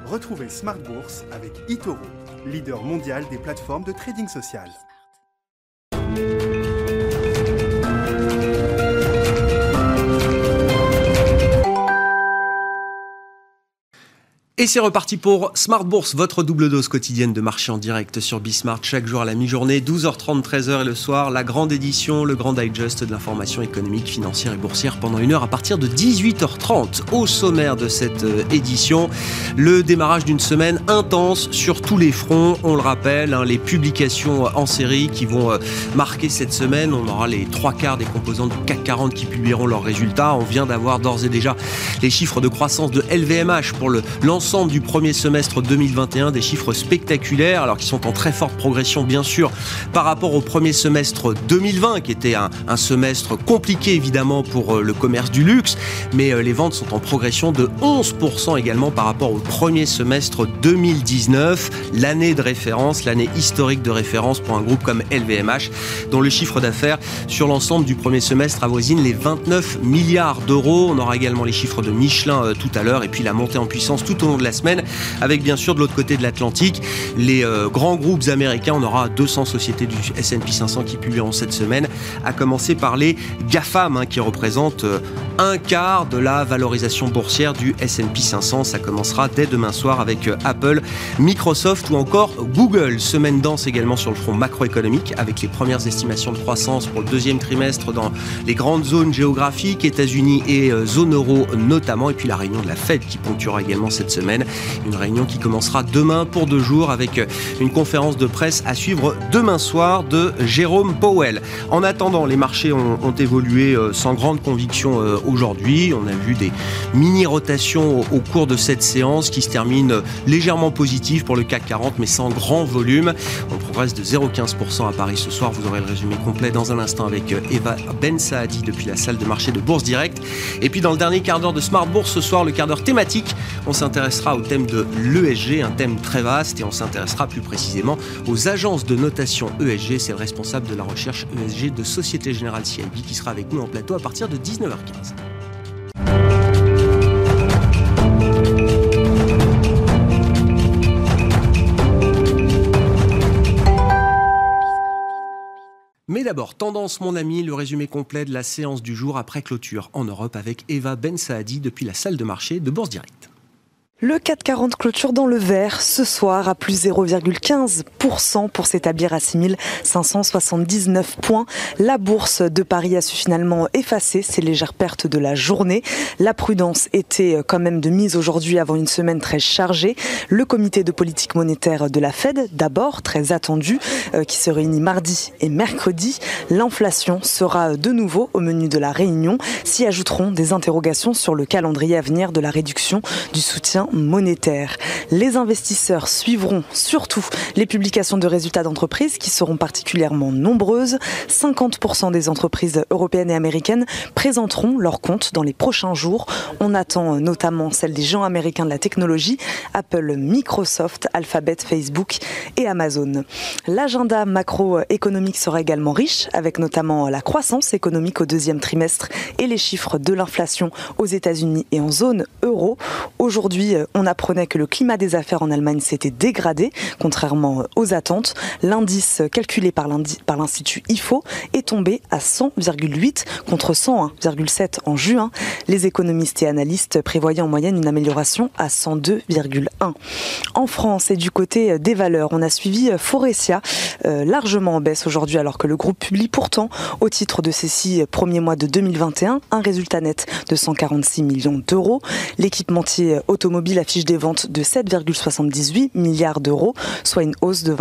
Retrouvez Smart Bourse avec eToro, leader mondial des plateformes de trading social. Et c'est reparti pour Smart Bourse, votre double dose quotidienne de marché en direct sur Bismart, chaque jour à la mi-journée, 12h30, 13h et le soir, la grande édition, le grand digest de l'information économique, financière et boursière pendant une heure à partir de 18h30. Au sommaire de cette édition, le démarrage d'une semaine intense sur tous les fronts, on le rappelle, les publications en série qui vont marquer cette semaine. On aura les 3/4 des composants du CAC 40 qui publieront leurs résultats. On vient d'avoir d'ores et déjà les chiffres de croissance de LVMH pour l'ensemble du premier semestre 2021, des chiffres spectaculaires, alors qui sont en très forte progression bien sûr par rapport au premier semestre 2020 qui était un semestre compliqué évidemment pour le commerce du luxe, mais les ventes sont en progression de 11% également par rapport au premier semestre 2019, l'année de référence, l'année historique de référence pour un groupe comme LVMH, dont le chiffre d'affaires sur l'ensemble du premier semestre avoisine les 29 milliards d'euros. On aura également les chiffres de Michelin tout à l'heure et puis la montée en puissance tout au long de la semaine, avec bien sûr de l'autre côté de l'Atlantique les grands groupes américains. On aura 200 sociétés du S&P 500 qui publieront cette semaine, à commencer par les GAFAM qui représentent un quart de la valorisation boursière du S&P 500. Ça commencera dès demain soir avec Apple, Microsoft ou encore Google. Semaine dense également sur le front macroéconomique avec les premières estimations de croissance pour le deuxième trimestre dans les grandes zones géographiques, États-Unis et zone euro notamment, et puis la réunion de la Fed qui ponctuera également cette semaine. Une réunion qui commencera demain pour 2 jours avec une conférence de presse à suivre demain soir de Jérôme Powell. En attendant, les marchés ont évolué sans grande conviction aujourd'hui. On a vu des mini-rotations au cours de cette séance qui se terminent légèrement positives pour le CAC 40 mais sans grand volume. On progresse de 0,15% à Paris ce soir. Vous aurez le résumé complet dans un instant avec Eva Ben Saadi depuis la salle de marché de Bourse Direct. Et puis dans le dernier quart d'heure de Smart Bourse ce soir, le quart d'heure thématique, on s'intéressera au thème de l'ESG, un thème très vaste, et on s'intéressera plus précisément aux agences de notation ESG. C'est le responsable de la recherche ESG de Société Générale CIB qui sera avec nous en plateau à partir de 19h15. Mais d'abord, tendance mon ami, le résumé complet de la séance du jour après clôture en Europe avec Eva Ben Saadi depuis la salle de marché de Bourse Direct. Le CAC 40 clôture dans le vert ce soir à plus 0,15% pour s'établir à 6579 points. La bourse de Paris a su finalement effacer ces légères pertes de la journée. La prudence était quand même de mise aujourd'hui avant une semaine très chargée. Le comité de politique monétaire de la Fed, d'abord très attendu, qui se réunit mardi et mercredi. L'inflation sera de nouveau au menu de la réunion. S'y ajouteront des interrogations sur le calendrier à venir de la réduction du soutien monétaire. Les investisseurs suivront surtout les publications de résultats d'entreprises qui seront particulièrement nombreuses. 50% des entreprises européennes et américaines présenteront leurs comptes dans les prochains jours. On attend notamment celles des géants américains de la technologie, Apple, Microsoft, Alphabet, Facebook et Amazon. L'agenda macroéconomique sera également riche, avec notamment la croissance économique au deuxième trimestre et les chiffres de l'inflation aux États-Unis et en zone euro. Aujourd'hui, on apprenait que le climat des affaires en Allemagne s'était dégradé, contrairement aux attentes. L'indice calculé par l'Institut IFO est tombé à 100,8 contre 101,7 en juin. Les économistes et analystes prévoyaient en moyenne une amélioration à 102,1. En France et du côté des valeurs, on a suivi Faurecia, largement en baisse aujourd'hui alors que le groupe publie pourtant au titre de ces 6 premiers mois de 2021 un résultat net de 146 millions d'euros. L'équipementier automobile affiche des ventes de 7,78 milliards d'euros, soit une hausse de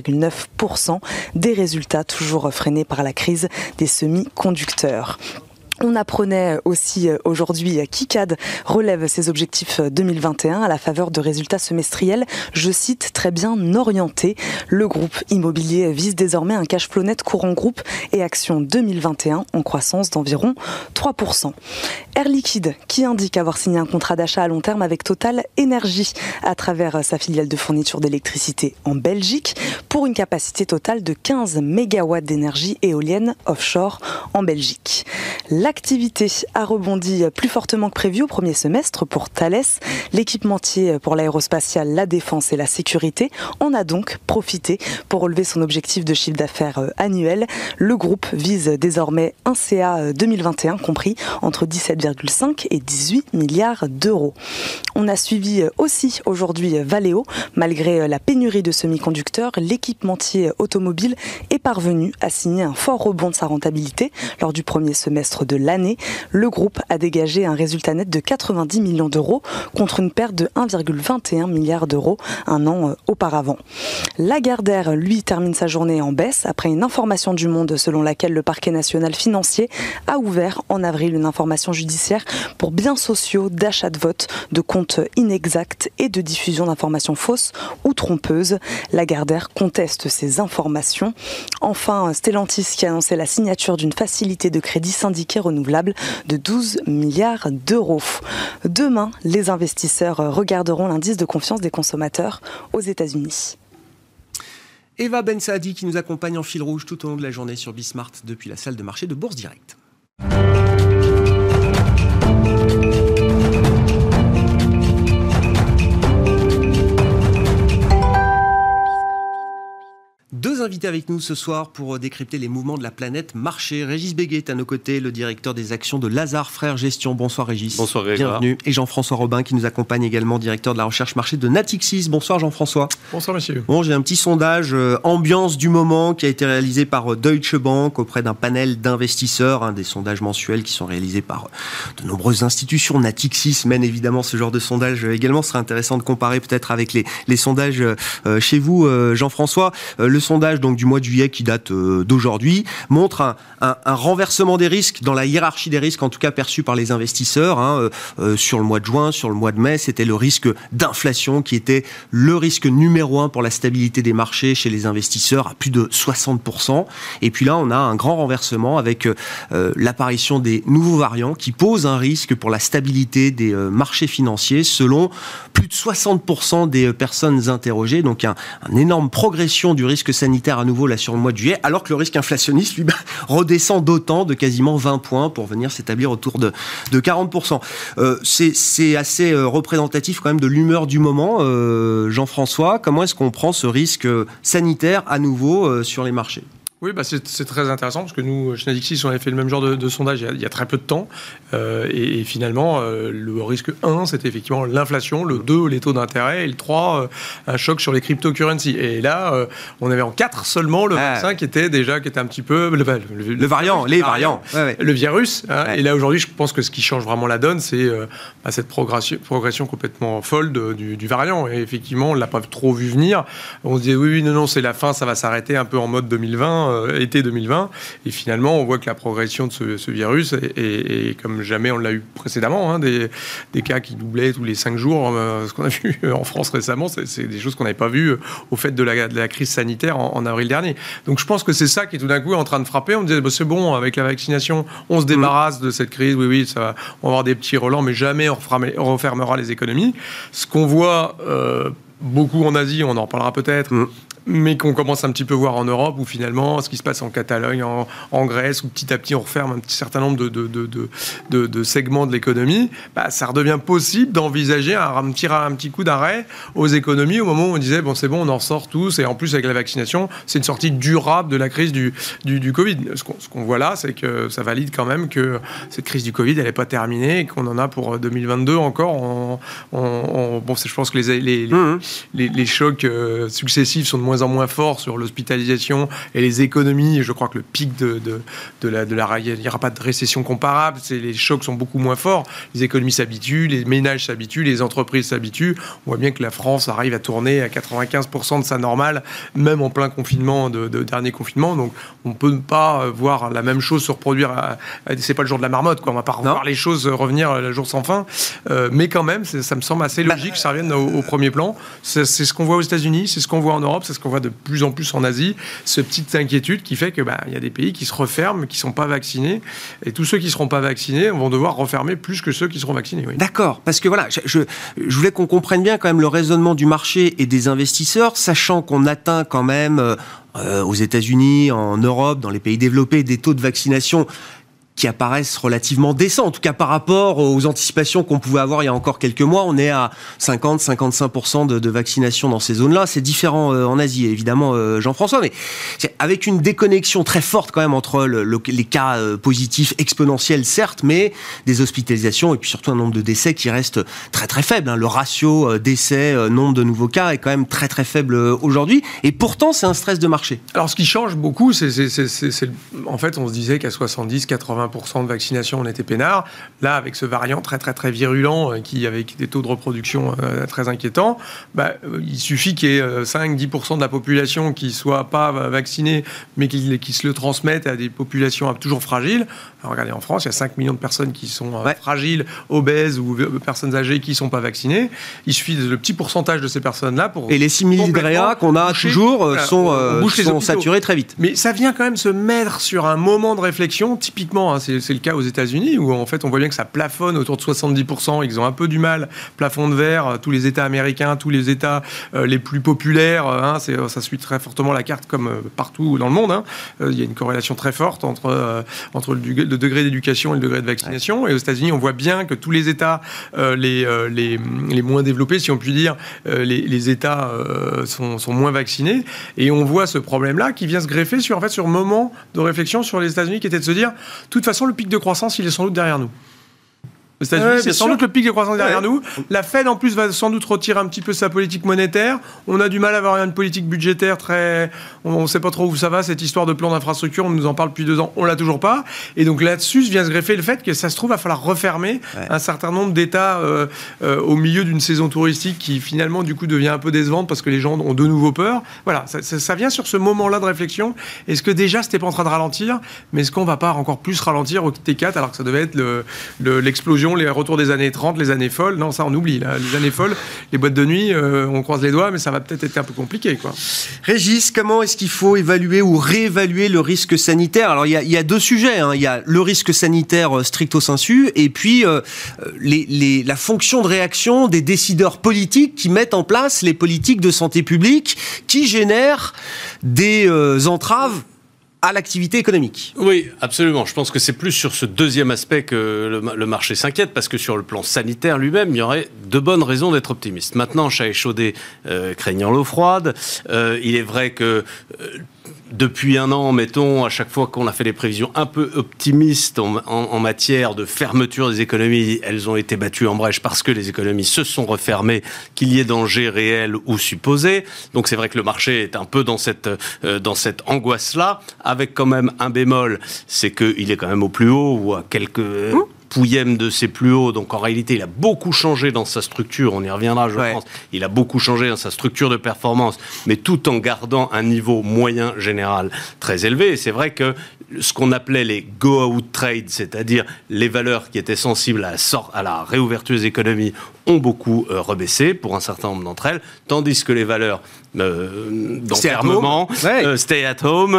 27,9%, des résultats toujours freinés par la crise des semi-conducteurs. On apprenait aussi aujourd'hui qu'ICAD relève ses objectifs 2021 à la faveur de résultats semestriels, je cite, très bien orientés. Le groupe immobilier vise désormais un cash flow net courant groupe et action 2021 en croissance d'environ 3%. Air Liquide qui indique avoir signé un contrat d'achat à long terme avec Total Énergie à travers sa filiale de fourniture d'électricité en Belgique pour une capacité totale de 15 MW d'énergie éolienne offshore en Belgique. La L'activité a rebondi plus fortement que prévu au premier semestre pour Thales. L'équipementier pour l'aérospatiale, la défense et la sécurité en a donc profité pour relever son objectif de chiffre d'affaires annuel. Le groupe vise désormais un CA 2021 compris entre 17,5 et 18 milliards d'euros. On a suivi aussi aujourd'hui Valeo. Malgré la pénurie de semi-conducteurs, l'équipementier automobile est parvenu à signer un fort rebond de sa rentabilité. Lors du premier semestre de l'année, le groupe a dégagé un résultat net de 90 millions d'euros contre une perte de 1,21 milliard d'euros un an auparavant. Lagardère, lui, termine sa journée en baisse après une information du Monde selon laquelle le parquet national financier a ouvert en avril une information judiciaire pour biens sociaux d'achat de vote, de comptes inexacts et de diffusion d'informations fausses ou trompeuses. Lagardère conteste ces informations. Enfin, Stellantis qui a annoncé la signature d'une facilité de crédit syndiquée renouvelable de 12 milliards d'euros. Demain, les investisseurs regarderont l'indice de confiance des consommateurs aux États-Unis. Eva Ben Saadi qui nous accompagne en fil rouge tout au long de la journée sur Bismart depuis la salle de marché de Bourse Direct. Deux invités avec nous ce soir pour décrypter les mouvements de la planète marché. Régis Béguet est à nos côtés, le directeur des actions de Lazard Frères Gestion. Bonsoir Régis. Bonsoir Grégoire. Bienvenue. Et Jean-François Robin qui nous accompagne également, directeur de la recherche marché de Natixis. Bonsoir Jean-François. Bonsoir monsieur. Bon, j'ai un petit sondage ambiance du moment qui a été réalisé par Deutsche Bank auprès d'un panel d'investisseurs, des sondages mensuels qui sont réalisés par de nombreuses institutions. Natixis mène évidemment ce genre de sondage également. Ce serait intéressant de comparer peut-être avec les sondages chez vous, Jean-François. Le sondage donc du mois de juillet qui date d'aujourd'hui montre un renversement des risques dans la hiérarchie des risques, en tout cas perçu par les investisseurs. Sur le mois de juin, sur le mois de mai, c'était le risque d'inflation qui était le risque numéro 1 pour la stabilité des marchés chez les investisseurs à plus de 60%. Et puis là, on a un grand renversement avec l'apparition des nouveaux variants qui posent un risque pour la stabilité des marchés financiers selon plus de 60% des personnes interrogées. Donc une énorme progression du risque sanitaire à nouveau là sur le mois de juillet, alors que le risque inflationniste lui redescend d'autant, de quasiment 20 points pour venir s'établir autour de 40%. C'est assez représentatif quand même de l'humeur du moment. Jean-François, comment est-ce qu'on prend ce risque sanitaire à nouveau sur les marchés ? Oui, c'est très intéressant parce que nous, chez Natixis, on avait fait le même genre de sondage il y a très peu de temps. Et finalement, le risque 1, c'était effectivement l'inflation, le 2, les taux d'intérêt, et le 3, un choc sur les cryptocurrencies. Et là, on avait en 4 seulement le vaccin qui était un petit peu... Le variant. Ouais. Le virus. Ouais. Et là, aujourd'hui, je pense que ce qui change vraiment la donne, c'est cette progression complètement folle du variant. Et effectivement, on ne l'a pas trop vu venir. On se disait, oui, non, c'est la fin, ça va s'arrêter un peu en mode 2020. Été 2020, et finalement on voit que la progression de ce virus est comme jamais on l'a eu précédemment, des cas qui doublaient tous les 5 jours, ce qu'on a vu en France récemment, c'est des choses qu'on n'avait pas vues au fait de la crise sanitaire en avril dernier. Donc je pense que c'est ça qui est tout d'un coup en train de frapper. On disait c'est bon, avec la vaccination on se débarrasse de cette crise, oui ça va, on va avoir des petits relents, mais jamais on refermera les économies. Ce qu'on voit beaucoup en Asie, on en reparlera peut-être, mais qu'on commence un petit peu voir en Europe, où finalement, ce qui se passe en Catalogne, en Grèce, où petit à petit on referme un certain nombre de segments de l'économie, ça redevient possible d'envisager un petit coup d'arrêt aux économies au moment où on disait, bon c'est bon, on en sort tous, et en plus avec la vaccination, c'est une sortie durable de la crise du Covid. Ce qu'on voit là, c'est que ça valide quand même que cette crise du Covid, elle n'est pas terminée, et qu'on en a pour 2022 encore. Je pense que les chocs successifs sont de moins en moins forts sur l'hospitalisation et les économies. Je crois que le pic il n'y aura pas de récession comparable. Les chocs sont beaucoup moins forts. Les économies s'habituent, les ménages s'habituent, les entreprises s'habituent. On voit bien que la France arrive à tourner à 95% de sa normale, même en plein confinement, dernier confinement. Donc, on ne peut pas voir la même chose se reproduire. C'est pas le jour de la marmotte, quoi. On ne va pas revoir les choses revenir le jour sans fin. Mais quand même, ça me semble assez logique que ça revienne au premier plan. C'est ce qu'on voit aux États-Unis, c'est ce qu'on voit en Europe, c'est ce qu'on voit de plus en plus en Asie. Cette petite inquiétude qui fait que y a des pays qui se referment, qui ne sont pas vaccinés, et tous ceux qui ne seront pas vaccinés vont devoir refermer plus que ceux qui seront vaccinés. Oui. D'accord, parce que voilà, je voulais qu'on comprenne bien quand même le raisonnement du marché et des investisseurs, sachant qu'on atteint quand même aux États-Unis, en Europe, dans les pays développés, des taux de vaccination qui apparaissent relativement décents. En tout cas, par rapport aux anticipations qu'on pouvait avoir il y a encore quelques mois, on est à 50-55% de vaccination dans ces zones-là. C'est différent en Asie, évidemment, Jean-François, mais avec une déconnexion très forte quand même entre les cas positifs exponentiels, certes, mais des hospitalisations et puis surtout un nombre de décès qui reste très très faible. Le ratio décès, nombre de nouveaux cas est quand même très très faible aujourd'hui. Et pourtant, c'est un stress de marché. Alors, ce qui change beaucoup, en fait, on se disait qu'à 70-80% de vaccination, on était peinard. Là, avec ce variant très très très virulent, avec des taux de reproduction très inquiétants, il suffit qu'il y ait 5-10% de la population qui ne soit pas vaccinée, mais qui se le transmettent à des populations toujours fragiles. Alors, regardez, en France, il y a 5 millions de personnes qui sont fragiles, obèses ou personnes âgées qui ne sont pas vaccinées. Il suffit de le petit pourcentage de ces personnes-là pour... Et les 6 000 hydréas qu'on a toujours sont saturés très vite. Mais ça vient quand même se mettre sur un moment de réflexion. Typiquement, c'est le cas aux États-Unis, où en fait, on voit bien que ça plafonne autour de 70%. Ils ont un peu du mal. Plafond de verre, tous les États américains, tous les États les plus populaires, ça suit très fortement la carte comme partout dans le monde. Il y a une corrélation très forte entre le degré d'éducation et le degré de vaccination. Et aux États-Unis, on voit bien que tous les États les moins développés, si on peut dire, les États sont moins vaccinés. Et on voit ce problème-là qui vient se greffer sur moment de réflexion sur les États-Unis, qui était de se dire, de toute façon, le pic de croissance, il est sans doute derrière nous. Aux États-Unis, c'est sans doute le pic de croissance derrière nous. La Fed, en plus, va sans doute retirer un petit peu sa politique monétaire. On a du mal à avoir une politique budgétaire très... On ne sait pas trop où ça va, cette histoire de plan d'infrastructure. On nous en parle depuis 2 ans. On ne l'a toujours pas. Et donc là-dessus, vient se greffer le fait que ça se trouve, il va falloir refermer un certain nombre d'États au milieu d'une saison touristique qui, finalement, du coup, devient un peu décevante parce que les gens ont de nouveau peur. Voilà, ça vient sur ce moment-là de réflexion. Est-ce que déjà, c'était pas en train de ralentir, mais est-ce qu'on ne va pas encore plus ralentir au T4 alors que ça devait être l'explosion, les retours des années 30, les années folles? Non, ça on oublie. Là. Les années folles, les boîtes de nuit, on croise les doigts, mais ça va peut-être être un peu compliqué, quoi. Régis, comment est-ce qu'il faut évaluer ou réévaluer le risque sanitaire? Alors il y a 2 sujets. Il y a le risque sanitaire stricto sensu et puis la fonction de réaction des décideurs politiques qui mettent en place les politiques de santé publique qui génèrent des entraves à l'activité économique. Oui, absolument. Je pense que c'est plus sur ce deuxième aspect que le marché s'inquiète, parce que sur le plan sanitaire lui-même, il y aurait de bonnes raisons d'être optimiste. Maintenant, chat échaudé craignant l'eau froide, il est vrai que... depuis 1 an, mettons, à chaque fois qu'on a fait des prévisions un peu optimistes en matière de fermeture des économies, elles ont été battues en brèche parce que les économies se sont refermées, qu'il y ait danger réel ou supposé. Donc c'est vrai que le marché est un peu dans cette angoisse-là, avec quand même un bémol, c'est qu'il est quand même au plus haut ou à quelques... pouillème de ses plus hauts, donc en réalité il a beaucoup changé dans sa structure, on y reviendra je pense, il a beaucoup changé dans sa structure de performance, mais tout en gardant un niveau moyen général très élevé. Et c'est vrai que ce qu'on appelait les go-out trades, c'est-à-dire les valeurs qui étaient sensibles à la réouverture des économies, ont beaucoup rebaissé pour un certain nombre d'entre elles, tandis que les valeurs d'enfermement, stay at home,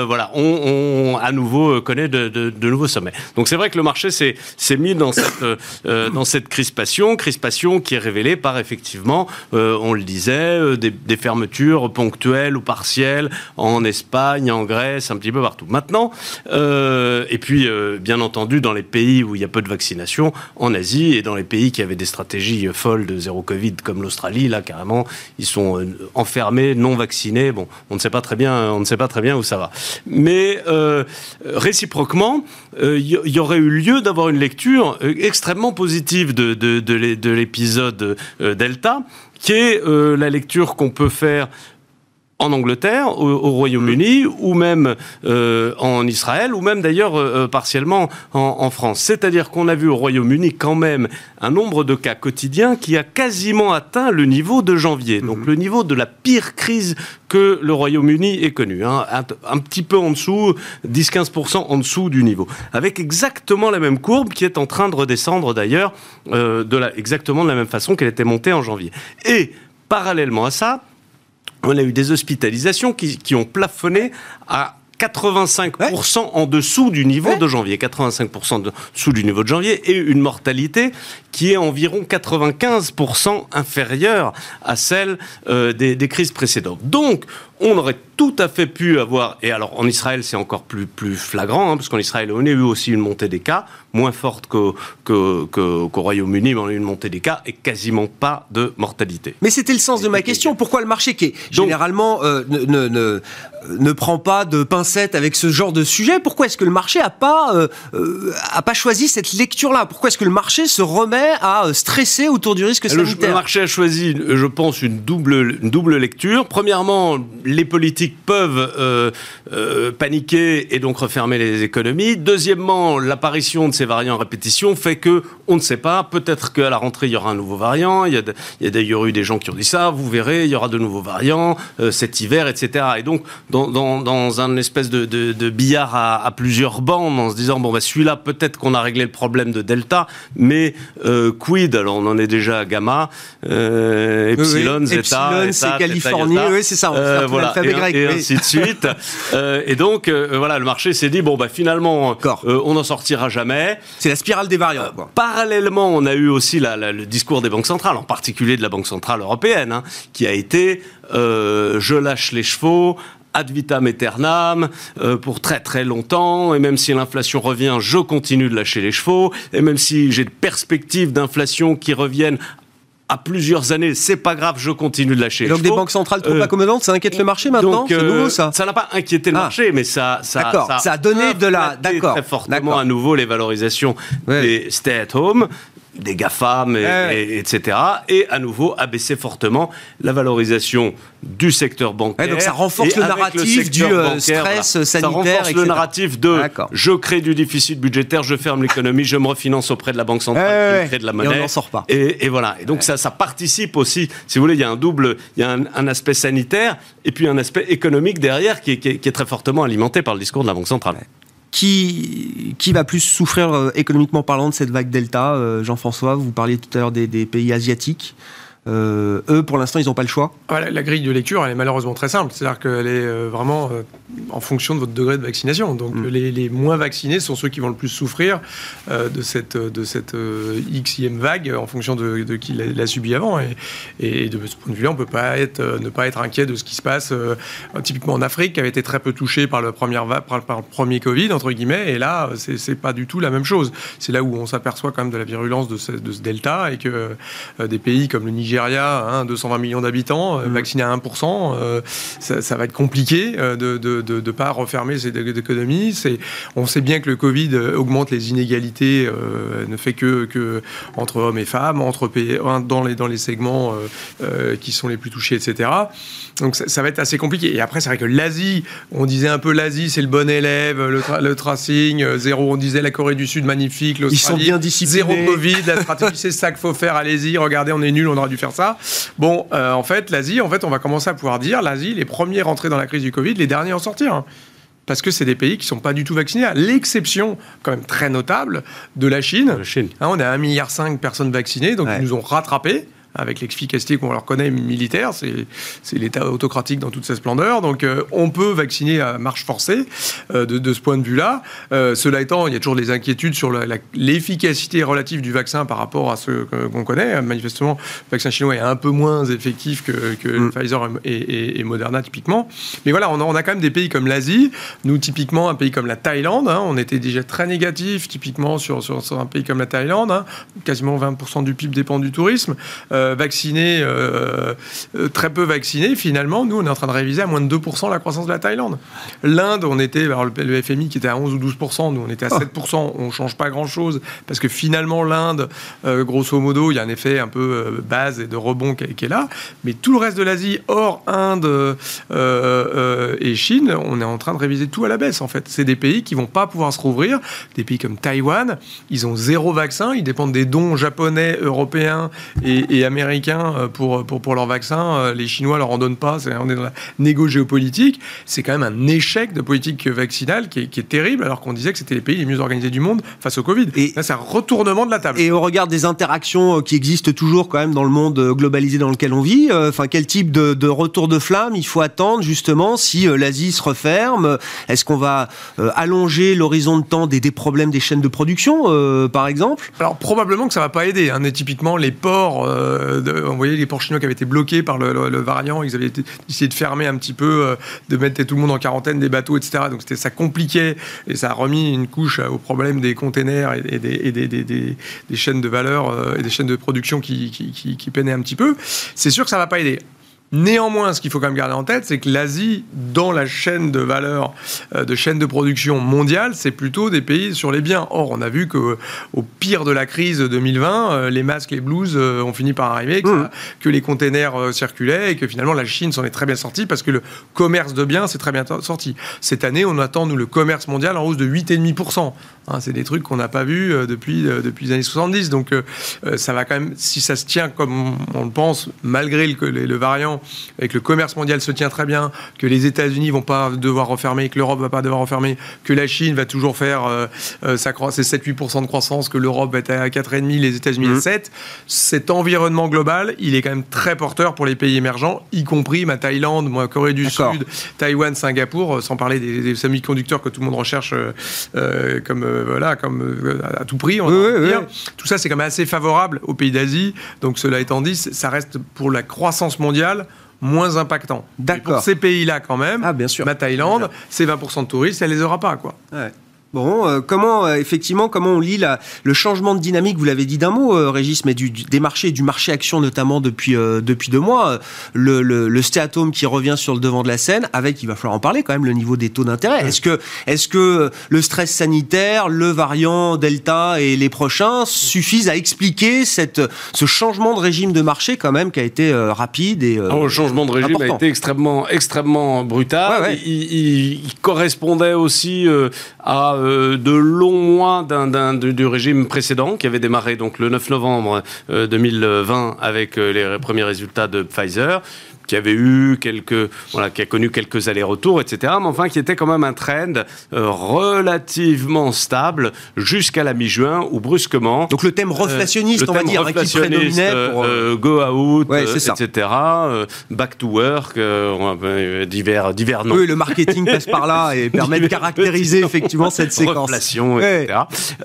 on à nouveau connaît de nouveaux sommets. Donc c'est vrai que le marché s'est mis dans cette crispation qui est révélée par effectivement, on le disait, des fermetures ponctuelles ou partielles en Espagne, en Grèce, un petit peu partout. Maintenant, et puis bien entendu dans les pays où il y a peu de vaccination, en Asie et dans les pays qui avaient des stratégies folles de zéro Covid comme l'Australie, là carrément ils sont enfermés, non vaccinés. Bon, on ne sait pas très bien où ça va. Mais réciproquement, il y aurait eu lieu d'avoir une lecture extrêmement positive de l'épisode Delta, qui est la lecture qu'on peut faire en Angleterre, au Royaume-Uni, ou même en Israël, ou même d'ailleurs partiellement en France. C'est-à-dire qu'on a vu au Royaume-Uni quand même un nombre de cas quotidiens qui a quasiment atteint le niveau de janvier, donc le niveau de la pire crise que le Royaume-Uni ait connue, un petit peu en dessous, 10-15% en dessous du niveau, avec exactement la même courbe qui est en train de redescendre d'ailleurs, exactement de la même façon qu'elle était montée en janvier. Et parallèlement à ça, on a eu des hospitalisations qui ont plafonné à 85% en dessous du niveau de janvier, 85% en dessous du niveau de janvier, et une mortalité qui est environ 95% inférieure à celle des crises précédentes. Donc, on aurait tout à fait pu avoir, et alors en Israël c'est encore plus flagrant, parce qu'en Israël on a eu aussi une montée des cas, moins forte qu'au Royaume-Uni, mais on a eu une montée des cas et quasiment pas de mortalité. Mais c'était le sens de ma question, pourquoi le marché qui généralement ne prend pas de pincettes avec ce genre de sujet, pourquoi est-ce que le marché a pas choisi cette lecture-là? Pourquoi est-ce que le marché se remet à stresser autour du risque sanitaire? Le marché a choisi, je pense, une double lecture. Premièrement, les politiques peuvent paniquer et donc refermer les économies. Deuxièmement, l'apparition de ces variants à répétition fait que on ne sait pas. Peut-être qu'à la rentrée, il y aura un nouveau variant. Il y a d'ailleurs eu des gens qui ont dit ça. Vous verrez, il y aura de nouveaux variants cet hiver, etc. Et donc, dans un espèce de billard à plusieurs bandes, en se disant, bon, bah, celui-là, peut-être qu'on a réglé le problème de Delta, mais quid? Alors, on en est déjà à Gamma, Epsilon, Zeta, c'est Californie, oui, c'est ça. Voilà, et ainsi de suite. Et donc, voilà, le marché s'est dit, bon, bah, finalement, on n'en sortira jamais. C'est la spirale des variants, quoi. Parallèlement, on a eu aussi le discours des banques centrales, en particulier de la Banque centrale européenne, qui a été je lâche les chevaux ad vitam aeternam pour très très longtemps, et même si l'inflation revient, je continue de lâcher les chevaux, et même si j'ai de perspectives d'inflation qui reviennent à plusieurs années, c'est pas grave, je continue de lâcher les chevaux. Donc des banques centrales trop accommodantes, ça inquiète le marché maintenant? C'est nouveau, ça? Ça n'a pas inquiété le marché, mais ça a donné de la... très fortement à nouveau les valorisations des stay-at-home, des GAFAM, etc. Et à nouveau abaisser fortement la valorisation du secteur bancaire. Donc ça renforce le narratif du stress sanitaire. Ça renforce le narratif de je crée du déficit budgétaire, je ferme l'économie, je me refinance auprès de la Banque centrale, je crée de la monnaie. Et on n'en sort pas. Et voilà. Et donc ça participe aussi, si vous voulez, il y a un aspect sanitaire et puis un aspect économique derrière qui est très fortement alimenté par le discours de la Banque centrale. Qui va plus souffrir économiquement parlant de cette vague Delta? Jean-François, vous parliez tout à l'heure des pays asiatiques. Eux, pour l'instant, ils n'ont pas le choix. La grille de lecture, elle est malheureusement très simple. C'est-à-dire qu'elle est vraiment en fonction de votre degré de vaccination. Donc, les moins vaccinés sont ceux qui vont le plus souffrir de cette Xème vague en fonction de qui l'a subi avant. Et de ce point de vue-là, on ne peut pas ne pas être inquiet de ce qui se passe typiquement en Afrique, qui avait été très peu touché par le premier Covid, entre guillemets. Et là, c'est pas du tout la même chose. C'est là où on s'aperçoit quand même de la virulence de ce Delta, et que des pays comme le Nigeria, 220 millions d'habitants, vaccinés à 1%, ça va être compliqué de ne pas refermer ces économies. On sait bien que le Covid augmente les inégalités, ne fait que entre hommes et femmes, entre pays, dans les segments qui sont les plus touchés, etc. Donc ça va être assez compliqué. Et après, c'est vrai que l'Asie, on disait un peu l'Asie, c'est le bon élève, le tracing, zéro, on disait la Corée du Sud, magnifique, l'Australie, ils sont bien disciplinés. Zéro Covid, la stratégie, c'est ça qu'il faut faire, allez-y, regardez, on est nuls, on aurait dû faire ça. Bon, en fait, l'Asie, on va commencer à pouvoir dire, l'Asie, les premiers rentrés dans la crise du Covid, les derniers en sortir. Parce que c'est des pays qui ne sont pas du tout vaccinés, à l'exception, quand même très notable, de la Chine. On est à 1,5 milliard de personnes vaccinées, donc ils nous ont rattrapés. Avec l'efficacité qu'on leur connaît militaire, c'est l'État autocratique dans toute sa splendeur. Donc on peut vacciner à marche forcée de ce point de vue-là. Cela étant, il y a toujours des inquiétudes sur l'efficacité relative du vaccin par rapport à ce qu'on connaît. Manifestement, le vaccin chinois est un peu moins effectif que Pfizer et Moderna typiquement. Mais voilà, on a quand même des pays comme l'Asie. Nous, typiquement, un pays comme la Thaïlande, on était déjà très négatif typiquement sur un pays comme la Thaïlande. Quasiment 20% du PIB dépend du tourisme. Vaccinés, très peu vaccinés, finalement, nous, on est en train de réviser à moins de 2% la croissance de la Thaïlande. L'Inde, on était, alors le FMI qui était à 11 ou 12%, nous, on était à 7%, on ne change pas grand-chose, parce que finalement, l'Inde, grosso modo, il y a un effet un peu base et de rebond qui est là, mais tout le reste de l'Asie, hors Inde et Chine, on est en train de réviser tout à la baisse, en fait. C'est des pays qui ne vont pas pouvoir se rouvrir, des pays comme Taïwan, ils ont 0 vaccin, ils dépendent des dons japonais, européens et américains pour leur vaccin. Les Chinois leur en donnent pas. On est dans la négo géopolitique. C'est quand même un échec de politique vaccinale qui est terrible, alors qu'on disait que c'était les pays les mieux organisés du monde face au Covid. Et là, c'est un retournement de la table. Et au regard des interactions qui existent toujours quand même dans le monde globalisé dans lequel on vit, quel type de retour de flamme il faut attendre justement si l'Asie se referme? Est-ce qu'on va allonger l'horizon de temps des problèmes des chaînes de production, par exemple? Alors probablement que ça va pas aider. Typiquement, les ports on voyait les ports chinois qui avaient été bloqués par le variant, ils avaient essayé de fermer un petit peu, de mettre tout le monde en quarantaine, des bateaux, etc. Donc ça compliquait et ça a remis une couche au problème des containers et des chaînes de valeur et des chaînes de production qui peinaient un petit peu. C'est sûr que ça ne va pas aider. Néanmoins, ce qu'il faut quand même garder en tête, c'est que l'Asie, dans la chaîne de valeur, de chaîne de production mondiale, c'est plutôt des pays sur les biens. Or, on a vu qu'au pire de la crise 2020, les masques, les blouses ont fini par arriver, que les containers circulaient et que finalement la Chine s'en est très bien sortie parce que le commerce de biens s'est très bien sorti. Cette année, on attend, nous, le commerce mondial en hausse de 8,5%. C'est des trucs qu'on n'a pas vus depuis les années 70. Donc, ça va quand même, si ça se tient comme on le pense, malgré le variant, avec le commerce mondial se tient très bien, que les États-Unis vont pas devoir refermer, que l'Europe va pas devoir refermer, que la Chine va toujours faire ses 7-8% de croissance, que l'Europe va être à 4,5%, les États-Unis à 7%. Cet environnement global, il est quand même très porteur pour les pays émergents, y compris ma Thaïlande, Corée du Sud, Taïwan, Singapour, sans parler des semi-conducteurs que tout le monde recherche comme à tout prix, on va dire. Tout ça, c'est quand même assez favorable aux pays d'Asie. Donc, cela étant dit, ça reste pour la croissance mondiale moins impactant. D'accord. Pour ces pays-là, quand même, bien sûr. la Thaïlande, c'est 20% de touristes, elle les aura pas, quoi. Ouais. Bon, comment on lit le changement de dynamique, vous l'avez dit d'un mot, Régis, mais des marchés et du marché action notamment depuis 2 mois, le stay at home qui revient sur le devant de la scène, avec, il va falloir en parler quand même, le niveau des taux d'intérêt. Est-ce que le stress sanitaire, le variant Delta et les prochains suffisent à expliquer ce changement de régime de marché quand même qui a été rapide et le changement de régime important. a été extrêmement brutal. Ouais. Il correspondait aussi à de longs mois du régime précédent qui avait démarré donc le 9 novembre 2020 avec les premiers résultats de Pfizer, qui avait qui a connu quelques allers-retours, etc., mais enfin qui était quand même un trend relativement stable jusqu'à la mi-juin où brusquement... Donc le thème reflationniste, on va dire, qui prédominait pour... go out, etc., back to work, divers noms. Oui, le marketing passe par là et permet de caractériser effectivement cette séquence. Reflation, etc.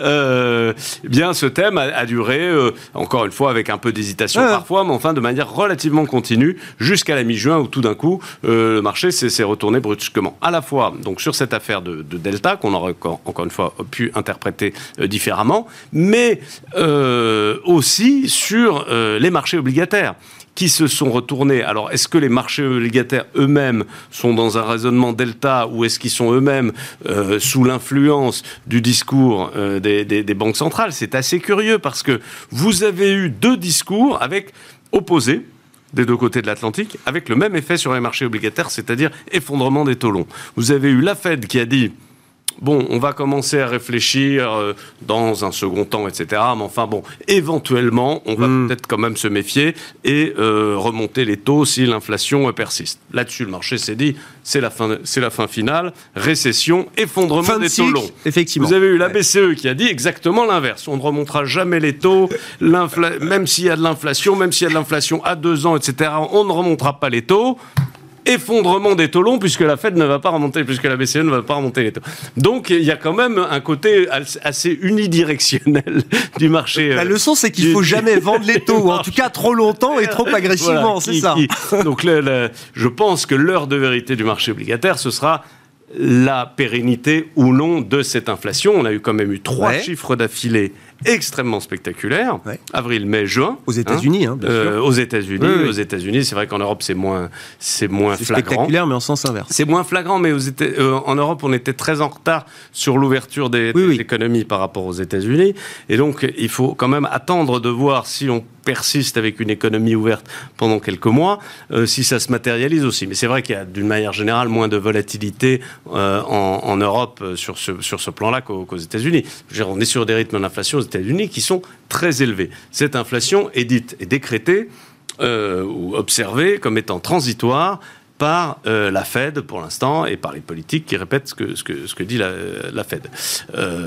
Bien, ce thème a duré, encore une fois, avec un peu d'hésitation parfois, mais enfin de manière relativement continue, jusqu'à la mi-juin où tout d'un coup le marché s'est retourné brusquement. À la fois donc sur cette affaire de Delta qu'on aurait encore une fois pu interpréter différemment, mais aussi sur les marchés obligataires qui se sont retournés. Alors, est-ce que les marchés obligataires eux-mêmes sont dans un raisonnement delta ou est-ce qu'ils sont eux-mêmes sous l'influence du discours des banques centrales ? C'est assez curieux parce que vous avez eu 2 discours opposés des 2 côtés de l'Atlantique, avec le même effet sur les marchés obligataires, c'est-à-dire effondrement des taux longs. Vous avez eu la Fed qui a dit bon, on va commencer à réfléchir dans un second temps, etc. Mais enfin, bon, éventuellement, on va peut-être quand même se méfier et remonter les taux si l'inflation persiste. Là-dessus, le marché s'est dit, c'est la fin finale, récession, effondrement des taux longs. Effectivement. Vous avez eu la BCE qui a dit exactement l'inverse. On ne remontera jamais les taux, même s'il y a de l'inflation, à 2 ans, etc. On ne remontera pas les taux. Effondrement des taux longs puisque la Fed ne va pas remonter, puisque la BCE ne va pas remonter les taux. Donc il y a quand même un côté assez unidirectionnel du marché. La leçon, c'est qu'il ne faut jamais vendre les taux, ou en tout cas trop longtemps et trop agressivement, c'est ça. Donc je pense que l'heure de vérité du marché obligataire, ce sera la pérennité ou non de cette inflation. On a quand même eu 3 chiffres d'affilée extrêmement spectaculaire. Avril, mai, juin. Aux États-Unis, bien sûr. Aux États-Unis, c'est vrai qu'en Europe, c'est moins flagrant. Spectaculaire, mais en sens inverse. C'est moins flagrant, mais en Europe, on était très en retard sur l'ouverture des économies par rapport aux États-Unis. Et donc, il faut quand même attendre de voir si on persiste avec une économie ouverte pendant quelques mois, si ça se matérialise aussi. Mais c'est vrai qu'il y a d'une manière générale moins de volatilité en Europe sur ce plan-là qu'aux États-Unis. On est sur des rythmes d'inflation aux États-Unis qui sont très élevés. Cette inflation est décrétée ou observée comme étant transitoire par la Fed pour l'instant et par les politiques qui répètent ce que dit la Fed.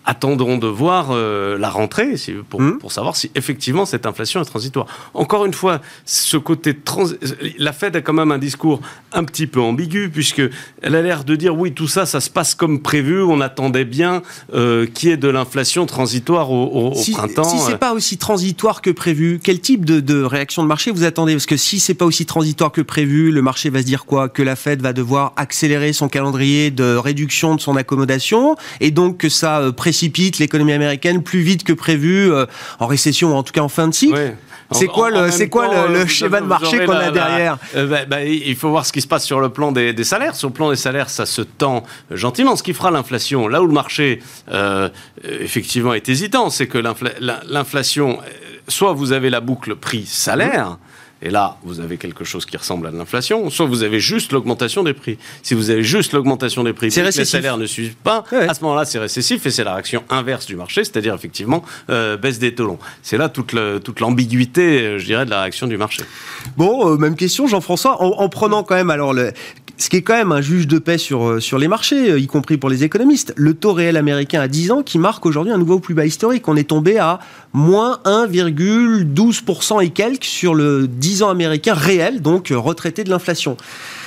attendons de voir la rentrée pour savoir si effectivement cette inflation est transitoire. Encore une fois, ce côté la Fed a quand même un discours un petit peu ambigu, puisqu'elle a l'air de dire oui, tout ça se passe comme prévu, on attendait bien qu'il y ait de l'inflation transitoire au printemps. Si c'est pas aussi transitoire que prévu, quel type de réaction de marché vous attendez? Parce que si c'est pas aussi transitoire que prévu, le marché va se dire quoi? Que la Fed va devoir accélérer son calendrier de réduction de son accommodation, et donc que ça précipite l'économie américaine plus vite que prévu en récession, ou en tout cas en fin de cycle. Ouais. C'est quoi le schéma de marché qu'on a derrière? Il faut voir ce qui se passe sur le plan des salaires. Sur le plan des salaires, ça se tend gentiment. Ce qui fera l'inflation, là où le marché effectivement est hésitant, c'est que l'inflation, soit vous avez la boucle prix-salaire, et là, vous avez quelque chose qui ressemble à de l'inflation, soit vous avez juste l'augmentation des prix. Si vous avez juste l'augmentation des prix, les salaires ne suivent pas, à ce moment-là, c'est récessif, et c'est la réaction inverse du marché, c'est-à-dire effectivement baisse des taux longs. C'est là toute l'ambiguïté, je dirais, de la réaction du marché. Bon, même question, Jean-François, en prenant quand même ce qui est quand même un juge de paix sur les marchés, y compris pour les économistes, le taux réel américain à 10 ans qui marque aujourd'hui un nouveau plus bas historique. On est tombé à moins 1,12% et quelques sur le 10 ans américain réel, donc retraité de l'inflation.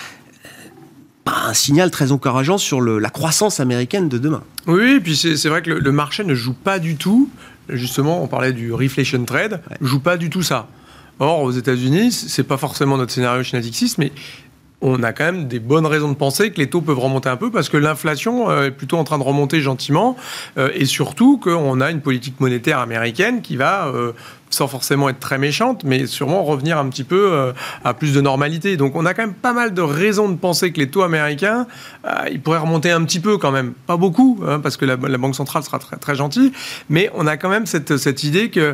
Un signal très encourageant sur la croissance américaine de demain. Oui, et puis c'est vrai que le marché ne joue pas du tout, justement, on parlait du reflation trade, joue pas du tout ça. Or, aux États-Unis, c'est pas forcément notre scénario chez Natixis, mais on a quand même des bonnes raisons de penser que les taux peuvent remonter un peu, parce que l'inflation est plutôt en train de remonter gentiment, et surtout qu'on a une politique monétaire américaine qui va, sans forcément être très méchante, mais sûrement revenir un petit peu à plus de normalité. Donc on a quand même pas mal de raisons de penser que les taux américains, ils pourraient remonter un petit peu quand même. Pas beaucoup, parce que la Banque centrale sera très, très gentille, mais on a quand même cette idée que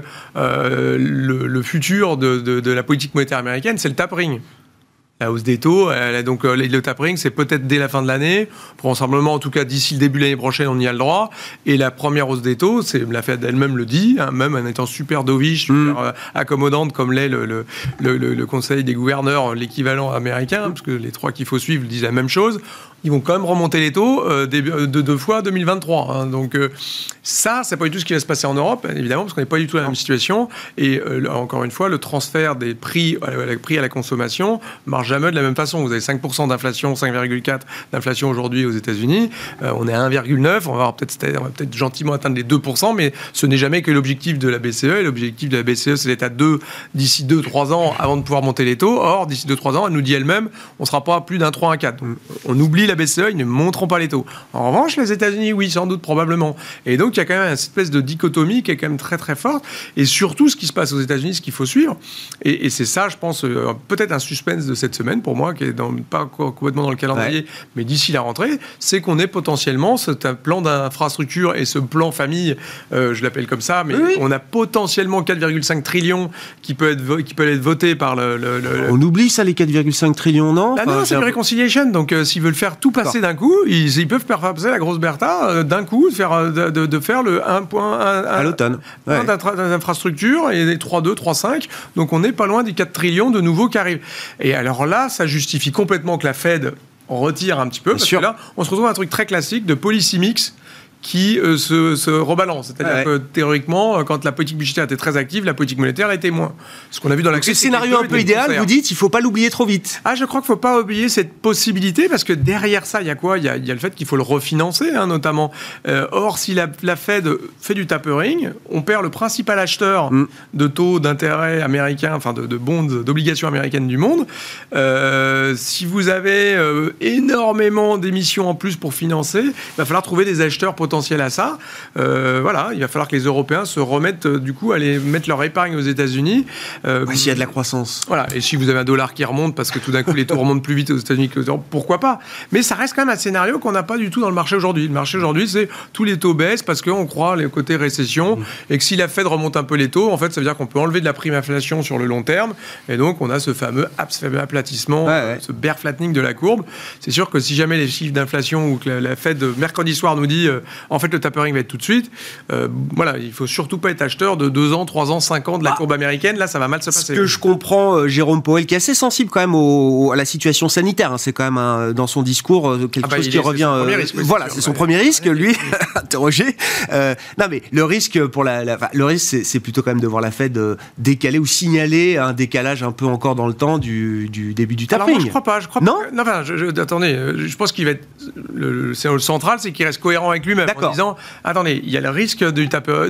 le futur de la politique monétaire américaine, c'est le tapering. La hausse des taux, donc le tapering, c'est peut-être dès la fin de l'année, probablement en tout cas d'ici le début de l'année prochaine, on y a le droit. Et la première hausse des taux, c'est la Fed elle-même le dit, même en étant super dovish, super accommodante comme l'est le Conseil des gouverneurs, l'équivalent américain, parce que les trois qu'il faut suivre disent la même chose. Ils vont quand même remonter les taux de 2 fois 2023. Donc ça, c'est pas du tout ce qui va se passer en Europe, évidemment, parce qu'on n'est pas du tout dans la même situation. Et encore une fois, le transfert des prix à la consommation marche jamais de la même façon. Vous avez 5% d'inflation, 5,4% d'inflation aujourd'hui aux États-Unis. On est à 1,9%. On va peut-être gentiment atteindre les 2%, mais ce n'est jamais que l'objectif de la BCE. Et l'objectif de la BCE, c'est d'être à 2 d'ici 2-3 ans avant de pouvoir monter les taux. Or, d'ici 2-3 ans, elle nous dit elle-même, on ne sera pas à plus d'un 3, 1, 4. Donc, on oublie la BCE, ils ne monteront pas les taux. En revanche, les États-Unis, oui, sans doute, probablement. Et donc, il y a quand même une espèce de dichotomie qui est quand même très, très forte. Et surtout, ce qui se passe aux États-Unis, ce qu'il faut suivre, et c'est ça, je pense, peut-être un suspense de cette semaine, pour moi, qui est pas complètement dans le calendrier, mais d'ici la rentrée, c'est qu'on ait potentiellement ce plan d'infrastructure et ce plan famille, je l'appelle comme ça, mais on a potentiellement 4,5 trillions qui peut être voté par On oublie ça, les 4,5 trillions, non? Non, c'est une reconciliation. Donc, s'ils veulent faire tout passer d'un coup, ils peuvent faire passer la grosse Bertha d'un coup, de faire le 1,1 à l'automne d'infrastructure et 3,2, 3,5. Donc, on n'est pas loin des 4 trillions de nouveaux qui arrivent. Et alors là, ça justifie complètement que la Fed retire un petit peu, parce que là, on se retrouve à un truc très classique de policy mix qui se rebalance. C'est-à-dire que théoriquement, quand la politique budgétaire était très active, la politique monétaire était moins. Ce qu'on a vu dans la crise. Ce scénario un peu idéal, vous dites, il ne faut pas l'oublier trop vite. Je crois qu'il ne faut pas oublier cette possibilité, parce que derrière ça, il y a quoi ? Il y a le fait qu'il faut le refinancer, notamment. Or, si la Fed fait du tapering, on perd le principal acheteur de taux d'intérêt américains, enfin de bonds, d'obligations américaines du monde. Si vous avez énormément d'émissions en plus pour financer, il va falloir trouver des acheteurs potentiels à ça. Voilà, il va falloir que les Européens se remettent, du coup, à aller mettre leur épargne aux États-Unis. S'il y a de la croissance. Voilà, et si vous avez un dollar qui remonte, parce que tout d'un coup, les taux remontent plus vite aux États-Unis que aux Européens, pourquoi pas ? Mais ça reste quand même un scénario qu'on n'a pas du tout dans le marché aujourd'hui. Le marché aujourd'hui, c'est tous les taux baissent parce qu'on croit les côtés récession, et que si la Fed remonte un peu les taux, en fait, ça veut dire qu'on peut enlever de la prime inflation sur le long terme, et donc on a ce fameux aplatissement, ce bear flattening de la courbe. C'est sûr que si jamais les chiffres d'inflation ou que la Fed mercredi soir nous dit en fait, le tapering va être tout de suite. Voilà, il faut surtout pas être acheteur de 2 ans, 3 ans, 5 ans de la courbe américaine. Là, ça va mal se passer. Ce que je comprends, Jérôme Powell, qui est assez sensible quand même à la situation sanitaire. Hein, c'est quand même dans son discours quelque chose qui revient. Voilà, c'est son premier risque, lui, interrogé. Non, mais le risque le risque, c'est plutôt quand même de voir la Fed décaler ou signaler un décalage un peu encore dans le temps du début du tapering. Alors moi, je crois pas. Non, enfin, attendez, je pense qu'il va être le central, c'est qu'il reste cohérent avec lui-même en disant, attendez, il y a le risque du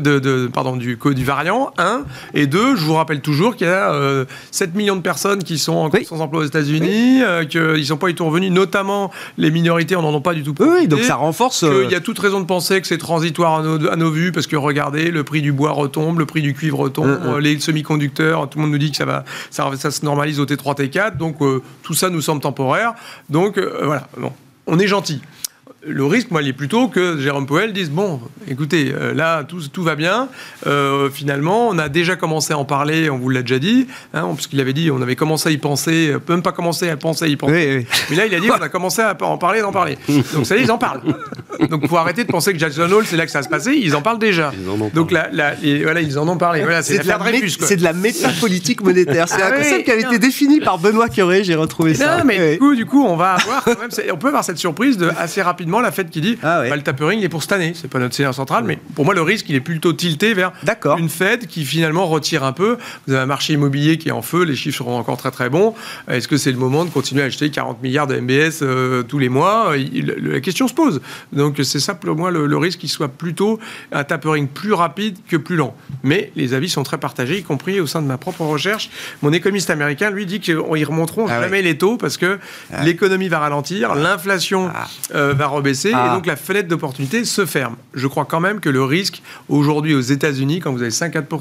variant, 1, et 2, je vous rappelle toujours qu'il y a 7 millions de personnes qui sont sans emploi aux États-Unis, qu'ils sont pas du tout revenus, notamment les minorités, on n'en a pas du tout profité. Oui, donc ça renforce. Il y a toute raison de penser que c'est transitoire à nos vues, parce que regardez, le prix du bois retombe, le prix du cuivre retombe, les semi-conducteurs, tout le monde nous dit que ça se normalise au T3, T4, donc tout ça nous semble temporaire. Donc voilà, bon, on est gentil. Le risque, moi, il est plutôt que Jérôme Powell dise, bon, écoutez, là, tout va bien. Finalement, on a déjà commencé à en parler, on vous l'a déjà dit, hein, parce qu'il avait dit, on avait commencé à y penser, même pas commencé à penser à y penser. Oui. Mais là, il a dit, on a commencé à en parler, d'en parler. Donc, ça y est, ils en parlent. Donc, il faut arrêter de penser que Jackson Hole, c'est là que ça va se passer. Ils en parlent déjà. Donc, voilà, ils en ont parlé. Voilà, c'est de la métapolitique monétaire. C'est un concept qui avait été défini par Benoît Cœuré, j'ai retrouvé ça. Non, mais du coup, on va avoir quand même, on peut avoir cette surprise assez rapidement la Fed qui dit le tapering il est pour cette année, c'est pas notre scénario central, mais pour moi le risque il est plutôt tilté vers une Fed qui finalement retire un peu. Vous avez un marché immobilier qui est en feu, les chiffres seront encore très très bons. Est-ce que c'est le moment de continuer à acheter 40 milliards de MBS tous les mois? La question se pose. Donc c'est ça pour moi le risque qu'il soit plutôt un tapering plus rapide que plus lent. Mais les avis sont très partagés, y compris au sein de ma propre recherche. Mon économiste américain lui dit qu'ils remonteront jamais les taux parce que l'économie va ralentir, l'inflation va rebaisser. Et donc la fenêtre d'opportunité se ferme. Je crois quand même que le risque aujourd'hui aux États-Unis, quand vous avez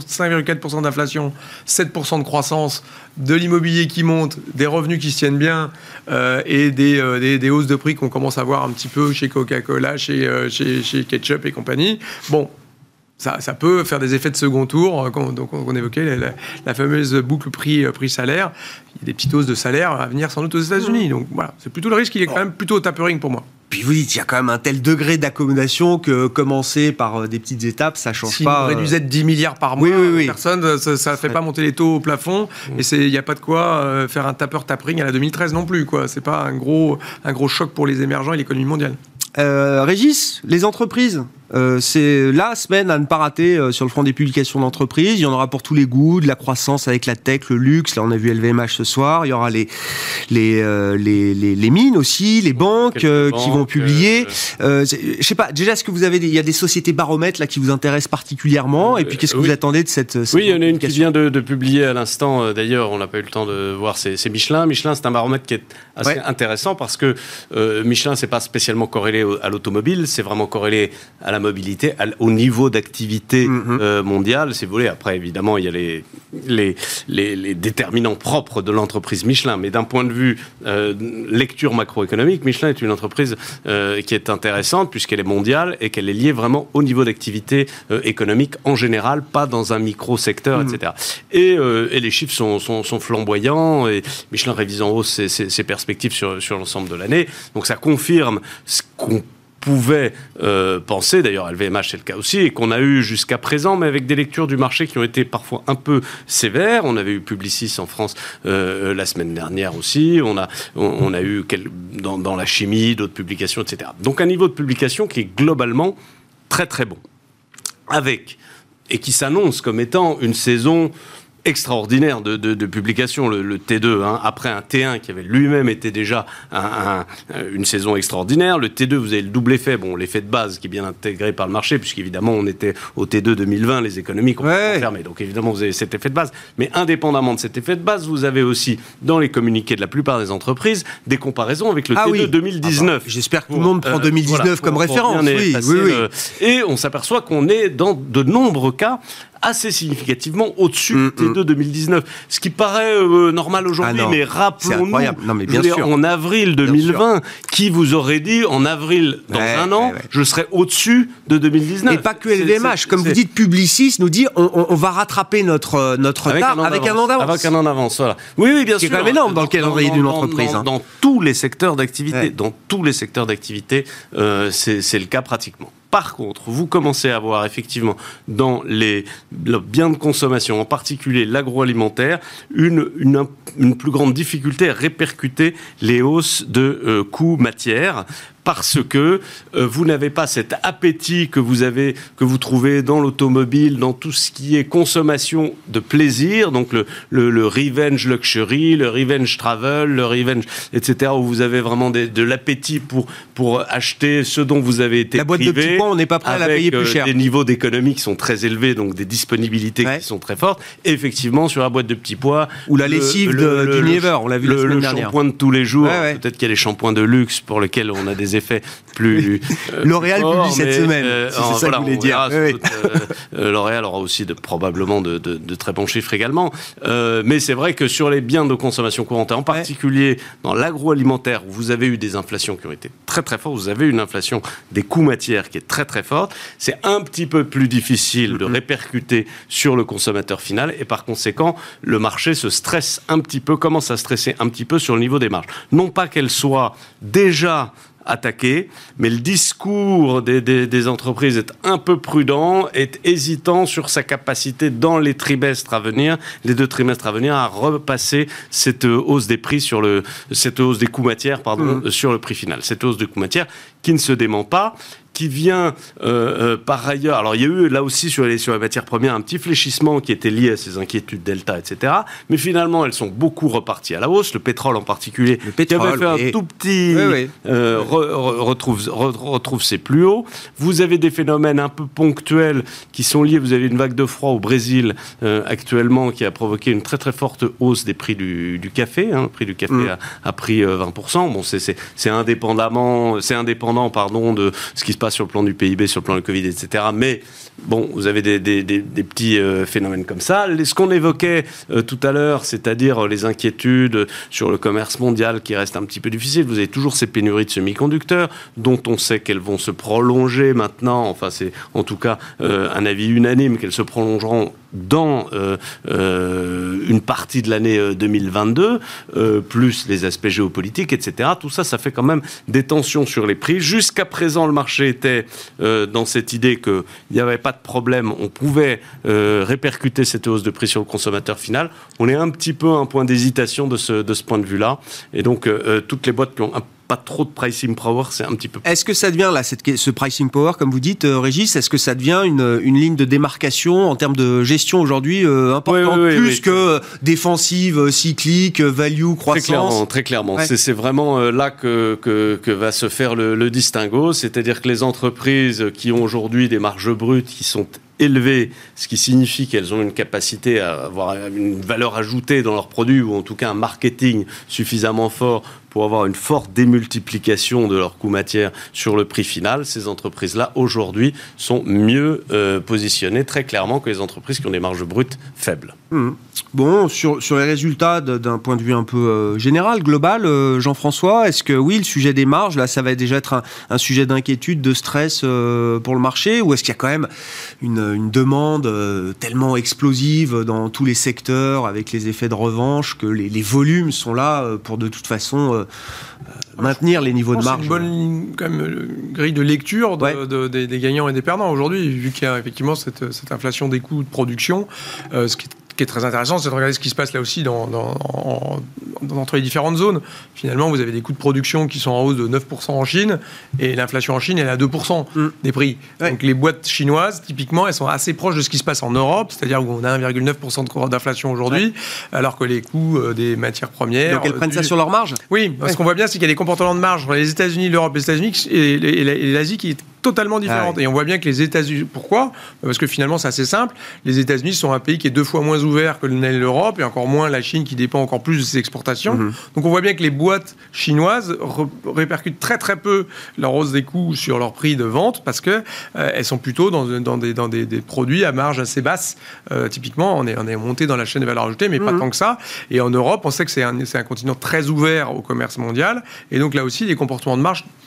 5,4% d'inflation, 7% de croissance, de l'immobilier qui monte, des revenus qui se tiennent bien et des hausses de prix qu'on commence à voir un petit peu chez Coca-Cola, chez Ketchup et compagnie. Bon. Ça peut faire des effets de second tour, donc on évoquait la fameuse boucle prix-salaire. Il y a des petites hausses de salaire à venir sans doute aux États-Unis. Donc voilà, c'est plutôt le risque, il est quand même plutôt au tapering pour moi. Puis vous dites, il y a quand même un tel degré d'accommodation que commencer par des petites étapes, ça change si pas. Si vous réduisez de 10 milliards par mois, personne, ça ne fait pas monter les taux au plafond. Et il n'y a pas de quoi faire un tapering à la 2013 non plus. Ce n'est pas un gros choc pour les émergents et l'économie mondiale. Régis, les entreprises, c'est la semaine à ne pas rater sur le front des publications d'entreprises. Il y en aura pour tous les goûts, de la croissance avec la tech, le luxe. Là, on a vu LVMH ce soir. Il y aura les mines aussi, les banques qui vont publier. Je sais pas. Déjà, est-ce que vous avez il y a des sociétés baromètres là qui vous intéressent particulièrement? Et puis, qu'est-ce que vous attendez de cette Oui, il y en a une qui vient de publier à l'instant. D'ailleurs, on n'a pas eu le temps de voir. C'est Michelin. Michelin, c'est un baromètre qui est assez intéressant parce que Michelin, c'est pas spécialement corrélé à l'automobile, c'est vraiment corrélé à la mobilité, au niveau d'activité mondiale, si vous voulez. Après, évidemment, il y a les déterminants propres de l'entreprise Michelin, mais d'un point de vue lecture macroéconomique, Michelin est une entreprise qui est intéressante puisqu'elle est mondiale et qu'elle est liée vraiment au niveau d'activité économique en général, pas dans un micro-secteur, etc. Et les chiffres sont flamboyants et Michelin révise en hausse ses perspectives sur l'ensemble de l'année. Donc ça confirme ce qu'on pouvait penser, d'ailleurs LVMH c'est le cas aussi, et qu'on a eu jusqu'à présent, mais avec des lectures du marché qui ont été parfois un peu sévères. On avait eu Publicis en France la semaine dernière aussi, on a eu dans la chimie d'autres publications, etc. Donc un niveau de publication qui est globalement très très bon, et qui s'annonce comme étant une saison extraordinaire de publication, le T2, après un T1 qui avait lui-même été déjà une saison extraordinaire. Le T2, vous avez le double effet, l'effet de base qui est bien intégré par le marché, puisqu'évidemment on était au T2 2020, les économies complètement fermées, donc évidemment vous avez cet effet de base, mais indépendamment de cet effet de base, vous avez aussi dans les communiqués de la plupart des entreprises des comparaisons avec le T2 2019. J'espère que tout le monde prend 2019 comme référence. Et on s'aperçoit qu'on est dans de nombreux cas assez significativement au-dessus du T2 2019. Ce qui paraît normal aujourd'hui, mais rappelons-nous, en avril 2020, qui vous aurait dit en avril, dans un an, je serai au-dessus de 2019. Et pas que LVMH. Comme vous dites, Publicis nous dit on va rattraper notre retard avec un an d'avance. Avec un an d'avance, voilà. Oui, bien sûr. C'est quand même énorme dans le calendrier d'une entreprise. Dans tous les secteurs d'activité, c'est le cas pratiquement. Par contre, vous commencez à voir effectivement dans les biens de consommation, en particulier l'agroalimentaire, une plus grande difficulté à répercuter les hausses de coûts matières. Parce que vous n'avez pas cet appétit que vous trouvez dans l'automobile, dans tout ce qui est consommation de plaisir, donc le revenge luxury, le revenge travel, le revenge, etc., où vous avez vraiment de l'appétit pour acheter ce dont vous avez été privé. La boîte de petits pois, on n'est pas prêt à la payer plus cher. Des niveaux d'économie qui sont très élevés, donc des disponibilités qui sont très fortes. Et effectivement, sur la boîte de petits pois... Ou la lessive d'Unilever, on l'a vu la semaine dernière. Le shampoing de tous les jours, peut-être qu'il y a les shampoings de luxe pour lesquels on a des effets plus L'Oréal publie cette semaine, c'est ça que vous voulez dire. L'Oréal aura aussi probablement de très bons chiffres également. Mais c'est vrai que sur les biens de consommation courante, en particulier dans l'agroalimentaire, où vous avez eu des inflations qui ont été très très fortes, vous avez une inflation des coûts matières qui est très très forte, c'est un petit peu plus difficile de répercuter sur le consommateur final, et par conséquent, le marché se stresse un petit peu, commence à stresser un petit peu sur le niveau des marges. Non pas qu'elles soient déjà attaqué, mais le discours des entreprises est un peu prudent, est hésitant sur sa capacité dans les trimestres à venir, les 2 trimestres à venir, à repasser cette hausse des prix cette hausse des coûts matières, sur le prix final. Cette hausse des coûts matières qui ne se dément pas, qui vient par ailleurs... Alors, il y a eu là aussi sur les matières premières un petit fléchissement qui était lié à ces inquiétudes Delta, etc. Mais finalement, elles sont beaucoup reparties à la hausse. Le pétrole en particulier, qui avait fait un tout petit... retrouve ses plus hauts. Vous avez des phénomènes un peu ponctuels qui sont liés. Vous avez une vague de froid au Brésil actuellement qui a provoqué une très très forte hausse des prix du café. Le prix du café a pris 20%. Bon, c'est indépendant de ce qui se passe sur le plan du PIB, sur le plan du Covid, etc. Mais bon, vous avez des petits phénomènes comme ça. Ce qu'on évoquait tout à l'heure, c'est-à-dire les inquiétudes sur le commerce mondial qui reste un petit peu difficile. Vous avez toujours ces pénuries de semi-conducteurs dont on sait qu'elles vont se prolonger maintenant. Enfin, c'est en tout cas un avis unanime qu'elles se prolongeront dans une partie de l'année 2022, plus les aspects géopolitiques, etc. Tout ça, ça fait quand même des tensions sur les prix. Jusqu'à présent, le marché était dans cette idée qu'il n'y avait pas de problème, on pouvait répercuter cette hausse de prix sur le consommateur final. On est un petit peu à un point d'hésitation de ce point de vue-là. Et donc, toutes les boîtes qui ont pas trop de pricing power, c'est un petit peu... Est-ce que ça devient, là, ce pricing power, comme vous dites, Régis, est-ce que ça devient une ligne de démarcation en termes de gestion aujourd'hui importante, plus que défensive, cyclique, value, croissance? Très clairement. Ouais. C'est vraiment là que va se faire le distinguo, c'est-à-dire que les entreprises qui ont aujourd'hui des marges brutes qui sont élevées, ce qui signifie qu'elles ont une capacité à avoir une valeur ajoutée dans leurs produits, ou en tout cas un marketing suffisamment fort pour avoir une forte démultiplication de leurs coûts matières sur le prix final. Ces entreprises-là, aujourd'hui, sont mieux positionnées très clairement que les entreprises qui ont des marges brutes faibles. Bon, sur les résultats d'un point de vue un peu général, global, Jean-François, est-ce que oui, le sujet des marges, là, ça va déjà être un sujet d'inquiétude, de stress pour le marché, ou est-ce qu'il y a quand même une demande tellement explosive dans tous les secteurs avec les effets de revanche que les volumes sont là pour de toute façon maintenir les niveaux de marge? C'est une bonne quand même, grille de lecture des gagnants et des perdants aujourd'hui, vu qu'il y a effectivement cette inflation des coûts de production, ce qui est très intéressant, c'est de regarder ce qui se passe là aussi entre les différentes zones. Finalement, vous avez des coûts de production qui sont en hausse de 9% en Chine, et l'inflation en Chine, elle est à 2% des prix. Ouais. Donc les boîtes chinoises, typiquement, elles sont assez proches de ce qui se passe en Europe, c'est-à-dire où on a 1,9% d'inflation aujourd'hui, alors que les coûts des matières premières... Donc elles prennent ça sur leur marge? Oui, ce qu'on voit bien, c'est qu'il y a des comportements de marge entre les États-Unis, l'Europe, les États-Unis et l'Asie qui est totalement différente. Et on voit bien que les États-Unis... Pourquoi ? Parce que finalement, c'est assez simple. Les États-Unis sont un pays qui est 2 fois moins ouvert que l'Europe, et encore moins la Chine qui dépend encore plus de ses exportations. Donc on voit bien que les boîtes chinoises répercutent très très peu leur hausse des coûts sur leur prix de vente, parce que elles sont plutôt dans des produits à marge assez basse. Typiquement, on est monté dans la chaîne de valeur ajoutée, mais pas tant que ça. Et en Europe, on sait que c'est un continent très ouvert au commerce mondial, et donc là aussi, les comportements de marge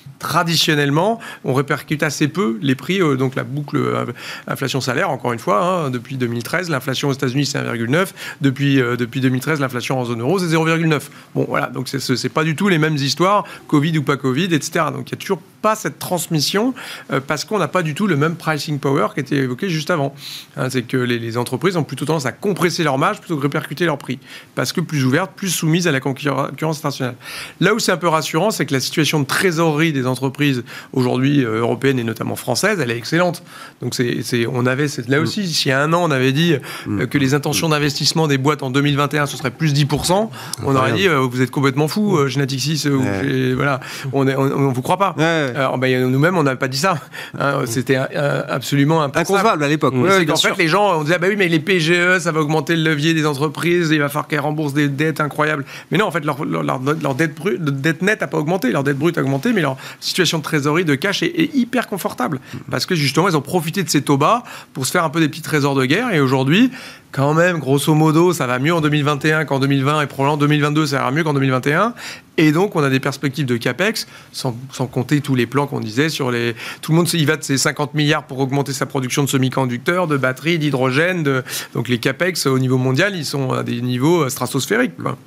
traditionnellement, on répercute assez peu les prix, donc la boucle inflation-salaire, encore une fois, depuis 2013, l'inflation aux États-Unis, c'est 1,9. Depuis 2013, l'inflation en zone euro, c'est 0,9. Bon, voilà, donc c'est pas du tout les mêmes histoires, Covid ou pas Covid, etc. Donc il n'y a toujours pas cette transmission parce qu'on n'a pas du tout le même pricing power qui était évoqué juste avant. C'est que les entreprises ont plutôt tendance à compresser leur marge plutôt que répercuter leur prix, parce que plus ouvertes, plus soumises à la concurrence internationale. Là où c'est un peu rassurant, c'est que la situation de trésorerie des entreprises aujourd'hui européennes et notamment françaises, elle est excellente. Donc on avait là aussi, il y a un an, on avait dit que les intentions d'investissement des boîtes en 2021 ce serait plus 10%. On aurait dit vous êtes complètement fou, Genatixis, voilà, on vous croit pas. Alors, nous-mêmes, on n'avait pas dit ça. C'était absolument inconcevable à l'époque. En fait, les gens, on disait oui, mais les PGE, ça va augmenter le levier des entreprises, il va falloir qu'elles remboursent des dettes incroyables. Mais non, en fait, leur dette nette n'a pas augmenté, leur dette brute a augmenté, mais leur situation de trésorerie, de cash est hyper confortable. Parce que justement, ils ont profité de ces taux bas pour se faire un peu des petits trésors de guerre. Et aujourd'hui, quand même, grosso modo, ça va mieux en 2021 qu'en 2020 et probablement en 2022, ça ira mieux qu'en 2021. Et donc, on a des perspectives de CAPEX, sans compter tous les plans qu'on disait sur les... Tout le monde y va de ses 50 milliards pour augmenter sa production de semi-conducteurs, de batteries, d'hydrogène. Donc, les CAPEX, au niveau mondial, ils sont à des niveaux stratosphériques, quoi.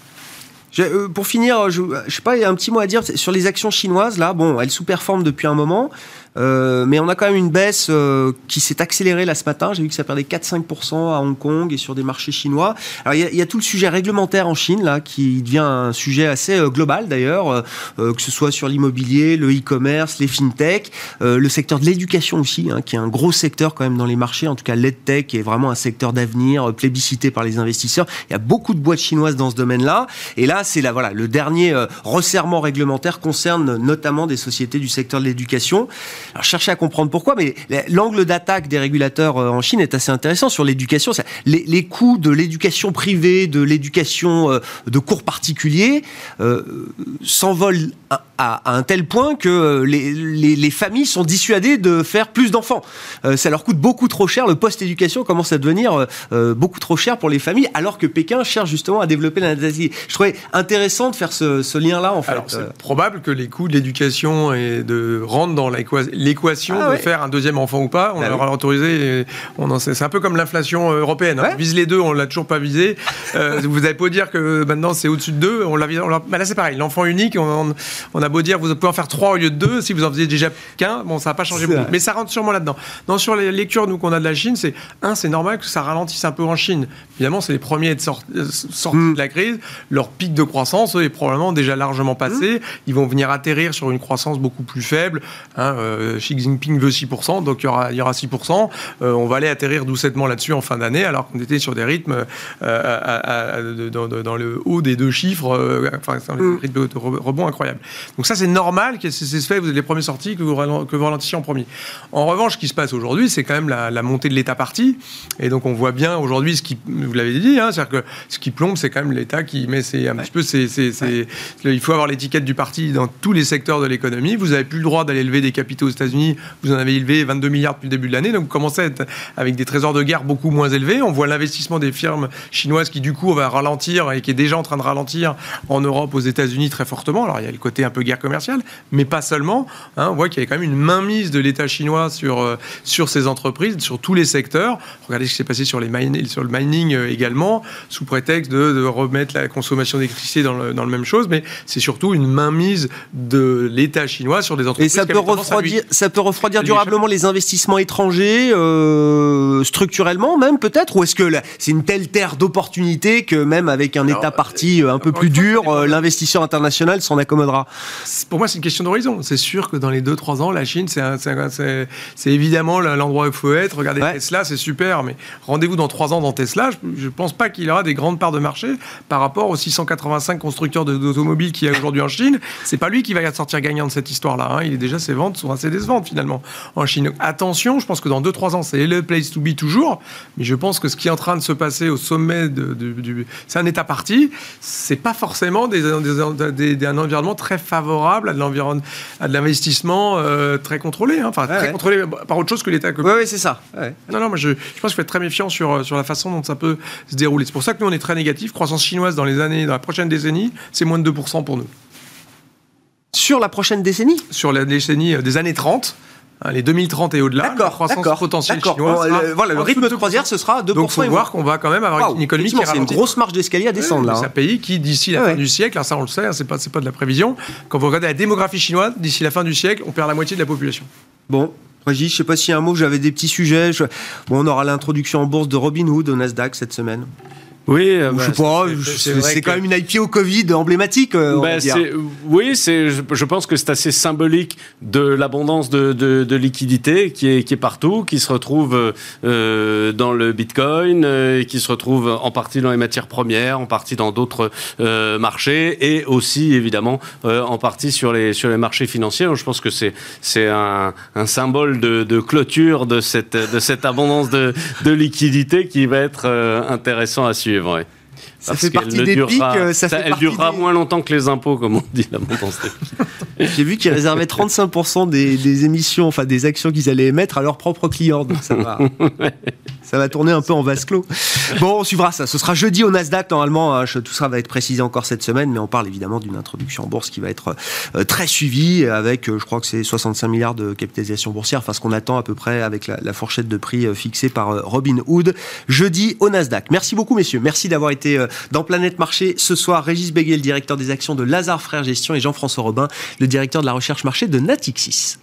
Pour finir, je sais pas, il y a un petit mot à dire sur les actions chinoises. Là, bon, elles sous-performent depuis un moment. Mais on a quand même une baisse qui s'est accélérée là ce matin. J'ai vu que ça perdait 4-5% à Hong Kong et sur des marchés chinois. Alors il y a tout le sujet réglementaire en Chine là qui devient un sujet assez global d'ailleurs, que ce soit sur l'immobilier, le e-commerce, les fintech, le secteur de l'éducation aussi, qui est un gros secteur quand même dans les marchés. En tout cas, l'EdTech est vraiment un secteur d'avenir plébiscité par les investisseurs. Il y a beaucoup de boîtes chinoises dans ce domaine-là. Et là, c'est le dernier resserrement réglementaire concerne notamment des sociétés du secteur de l'éducation. Alors, cherchez à comprendre pourquoi, mais l'angle d'attaque des régulateurs en Chine est assez intéressant sur l'éducation. Les coûts de l'éducation privée, de l'éducation de cours particuliers s'envolent à un tel point que les familles sont dissuadées de faire plus d'enfants. Ça leur coûte beaucoup trop cher. Le post-éducation commence à devenir beaucoup trop cher pour les familles, alors que Pékin cherche justement à développer la natalité. Je trouvais intéressant de faire ce lien-là, en fait. Alors, c'est probable que les coûts de l'éducation rentrent dans l'équation de faire un deuxième enfant ou pas. On leur a autorisé. C'est un peu comme l'inflation européenne. On vise les deux, on ne l'a toujours pas visé. Vous n'avez pas dire que maintenant c'est au-dessus de 2. Là, c'est pareil. L'enfant unique, on a beau dire vous pouvez en faire 3 au lieu de 2. Si vous en faisiez déjà qu'un, bon, ça n'a pas changé beaucoup. Mais ça rentre sûrement là-dedans. Non, sur les lectures qu'on a de la Chine, c'est normal que ça ralentisse un peu en Chine. Évidemment, c'est les premiers à être sortis de la crise. Leur pic de croissance est probablement déjà largement passé. Ils vont venir atterrir sur une croissance beaucoup plus faible. Xi Jinping veut 6%, donc il y aura 6%. On va aller atterrir doucettement là-dessus en fin d'année, alors qu'on était sur des rythmes dans le haut des 2 chiffres, c'est un rythme de rebond incroyable. Donc ça, c'est normal que c'est fait, vous êtes les premiers sortis, que vous ralentissiez en premier. En revanche, ce qui se passe aujourd'hui, c'est quand même la montée de l'État parti. Et donc, on voit bien aujourd'hui, vous l'avez dit, c'est-à-dire que ce qui plombe, c'est quand même l'État qui met il faut avoir l'étiquette du parti dans tous les secteurs de l'économie. Vous n'avez plus le droit d'aller lever des capitaux aux États-Unis. Vous en avez élevé 22 milliards depuis le début de l'année. Donc, vous commencez à être avec des trésors de guerre beaucoup moins élevés. On voit l'investissement des firmes chinoises qui, du coup, va ralentir et qui est déjà en train de ralentir en Europe, aux États-Unis très fortement. Alors, il y a le côté un peu guerre commerciale, mais pas seulement. On voit qu'il y a quand même une mainmise de l'État chinois sur ces entreprises, sur tous les secteurs. Regardez ce qui s'est passé sur le mining également, sous prétexte de remettre la consommation d'électricité dans le même chose, mais c'est surtout une mainmise de l'État chinois sur des entreprises. Et ça peut refroidir durablement les investissements étrangers, structurellement même peut-être, ou est-ce que c'est une telle terre d'opportunités que même avec un État parti un peu plus dur, l'investisseur international s'en accommodera? Pour moi, c'est une question d'horizon. C'est sûr que dans les 2-3 ans, la Chine, c'est évidemment l'endroit où il faut être. Regardez Tesla, c'est super, mais rendez-vous dans 3 ans dans Tesla. Je ne pense pas qu'il aura des grandes parts de marché par rapport aux 685 constructeurs d'automobiles qu'il y a aujourd'hui en Chine. C'est pas lui qui va sortir gagnant de cette histoire-là. Ses ventes sont assez décevantes finalement en Chine. Donc, attention, je pense que dans 2-3 ans, c'est le place to be toujours. Mais je pense que ce qui est en train de se passer au sommet c'est un État parti. C'est pas forcément un environnement très favorable à de l'investissement très contrôlé. Très contrôlé par autre chose que l'État. Oui, c'est ça. Ouais. Non, moi je pense qu'il faut être très méfiant sur la façon dont ça peut se dérouler. C'est pour ça que nous, on est très négatif. Croissance chinoise dans la prochaine décennie, c'est moins de 2% pour nous. Sur la prochaine décennie ? Sur la décennie des années 30. Les 2030 et au-delà, la croissance potentielle chinoise. Le rythme de croisière, ce sera 2%. Donc, il faut voir qu'on va quand même avoir une économie qui ralentit. C'est une grosse marge d'escalier à descendre, là. C'est un pays qui, d'ici la fin du siècle, ça on le sait, c'est pas de la prévision, quand vous regardez la démographie chinoise, d'ici la fin du siècle, on perd la moitié de la population. Bon. Régis, je ne sais pas s'il y a un mot, j'avais des petits sujets. On aura l'introduction en bourse de Robinhood au Nasdaq cette semaine. Oui, je sais pas, c'est quand même une IPO Covid emblématique. Je pense que c'est assez symbolique de l'abondance de liquidités qui est partout, qui se retrouve dans le Bitcoin, qui se retrouve en partie dans les matières premières, en partie dans d'autres marchés, et aussi évidemment en partie sur les marchés financiers. Donc, je pense que c'est un symbole de clôture de cette abondance de liquidités qui va être intéressant à suivre. Ouais. Ça fait partie des pics. Elle durera moins longtemps que les impôts, comme on dit, l'abondance des pics. J'ai vu qu'ils réservaient 35% des émissions, enfin des actions qu'ils allaient émettre à leurs propres clients. Donc ça va tourner un peu en vase clos. Bon, on suivra ça. Ce sera jeudi au Nasdaq, normalement. Tout ça va être précisé encore cette semaine, mais on parle évidemment d'une introduction en bourse qui va être très suivie, avec, je crois que c'est 65 milliards de capitalisation boursière, enfin ce qu'on attend à peu près avec la fourchette de prix fixée par Robinhood, jeudi au Nasdaq. Merci beaucoup, messieurs. Merci d'avoir été dans Planète Marché ce soir. Régis Béguet, le directeur des actions de Lazard Frères Gestion, et Jean-François Robin, le directeur de la recherche marché de Natixis.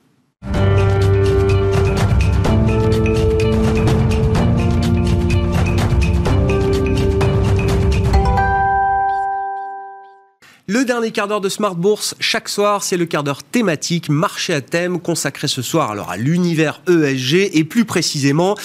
Le dernier quart d'heure de Smart Bourse, chaque soir, c'est le quart d'heure thématique, marché à thème, consacré ce soir alors à l'univers ESG et plus précisément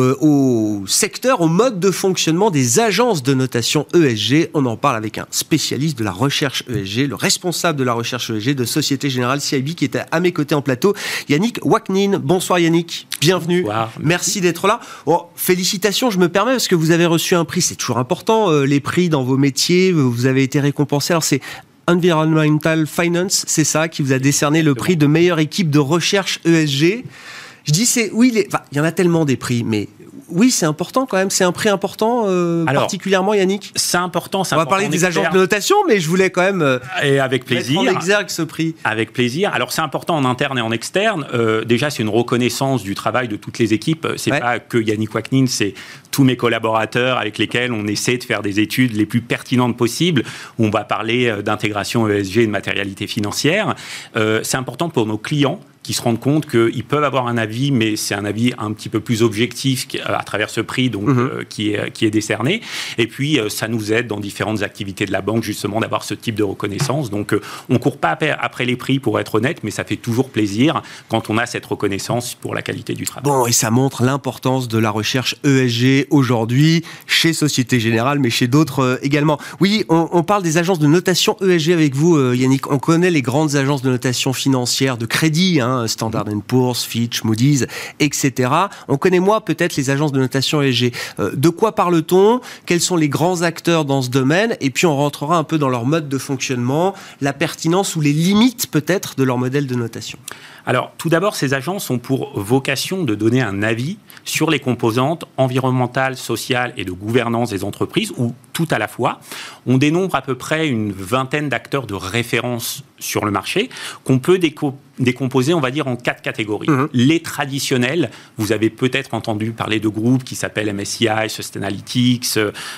au secteur, au mode de fonctionnement des agences de notation ESG. On en parle avec un spécialiste de la recherche ESG, le responsable de la recherche ESG de Société Générale CIB qui est à mes côtés en plateau, Yannick Waknin. Bonsoir Yannick, bienvenue. Bonsoir. Merci d'être là. Oh, félicitations, je me permets parce que vous avez reçu un prix, c'est toujours important, les prix dans vos métiers, vous avez été récompensé. Alors c'est Environmental Finance, c'est ça, qui vous a décerné le prix de meilleure équipe de recherche ESG. Je dis il y en a tellement des prix, mais oui, c'est important quand même. C'est un prix important, particulièrement, Yannick. C'est important. On va parler des agences de notation, mais je voulais quand même et avec plaisir, mettre en exergue ce prix. Avec plaisir. Alors, c'est important en interne et en externe. Déjà, c'est une reconnaissance du travail de toutes les équipes. C'est pas que Yannick Waknin, c'est tous mes collaborateurs avec lesquels on essaie de faire des études les plus pertinentes possibles. On va parler d'intégration ESG et de matérialité financière. C'est important pour nos clients qui se rendent compte qu'ils peuvent avoir un avis, mais c'est un avis un petit peu plus objectif à travers ce prix donc, qui est décerné. Et puis, ça nous aide dans différentes activités de la banque, justement, d'avoir ce type de reconnaissance. Donc, on ne court pas après les prix, pour être honnête, mais ça fait toujours plaisir quand on a cette reconnaissance pour la qualité du travail. Bon, et ça montre l'importance de la recherche ESG aujourd'hui, chez Société Générale, mais chez d'autres également. Oui, on parle des agences de notation ESG avec vous, Yannick. On connaît les grandes agences de notation financière, de crédit, Standard & Poor's, Fitch, Moody's, etc. On connaît peut-être les agences de notation ESG. De quoi parle-t-on ? Quels sont les grands acteurs dans ce domaine ? Et puis on rentrera un peu dans leur mode de fonctionnement, la pertinence ou les limites peut-être de leur modèle de notation. Alors, tout d'abord, ces agences ont pour vocation de donner un avis sur les composantes environnementales, sociales et de gouvernance des entreprises, ou tout à la fois. On dénombre à peu près une vingtaine d'acteurs de référence sur le marché qu'on peut décomposer, on va dire, en 4 catégories. Les traditionnels, vous avez peut-être entendu parler de groupes qui s'appellent MSCI, Sustainalytics,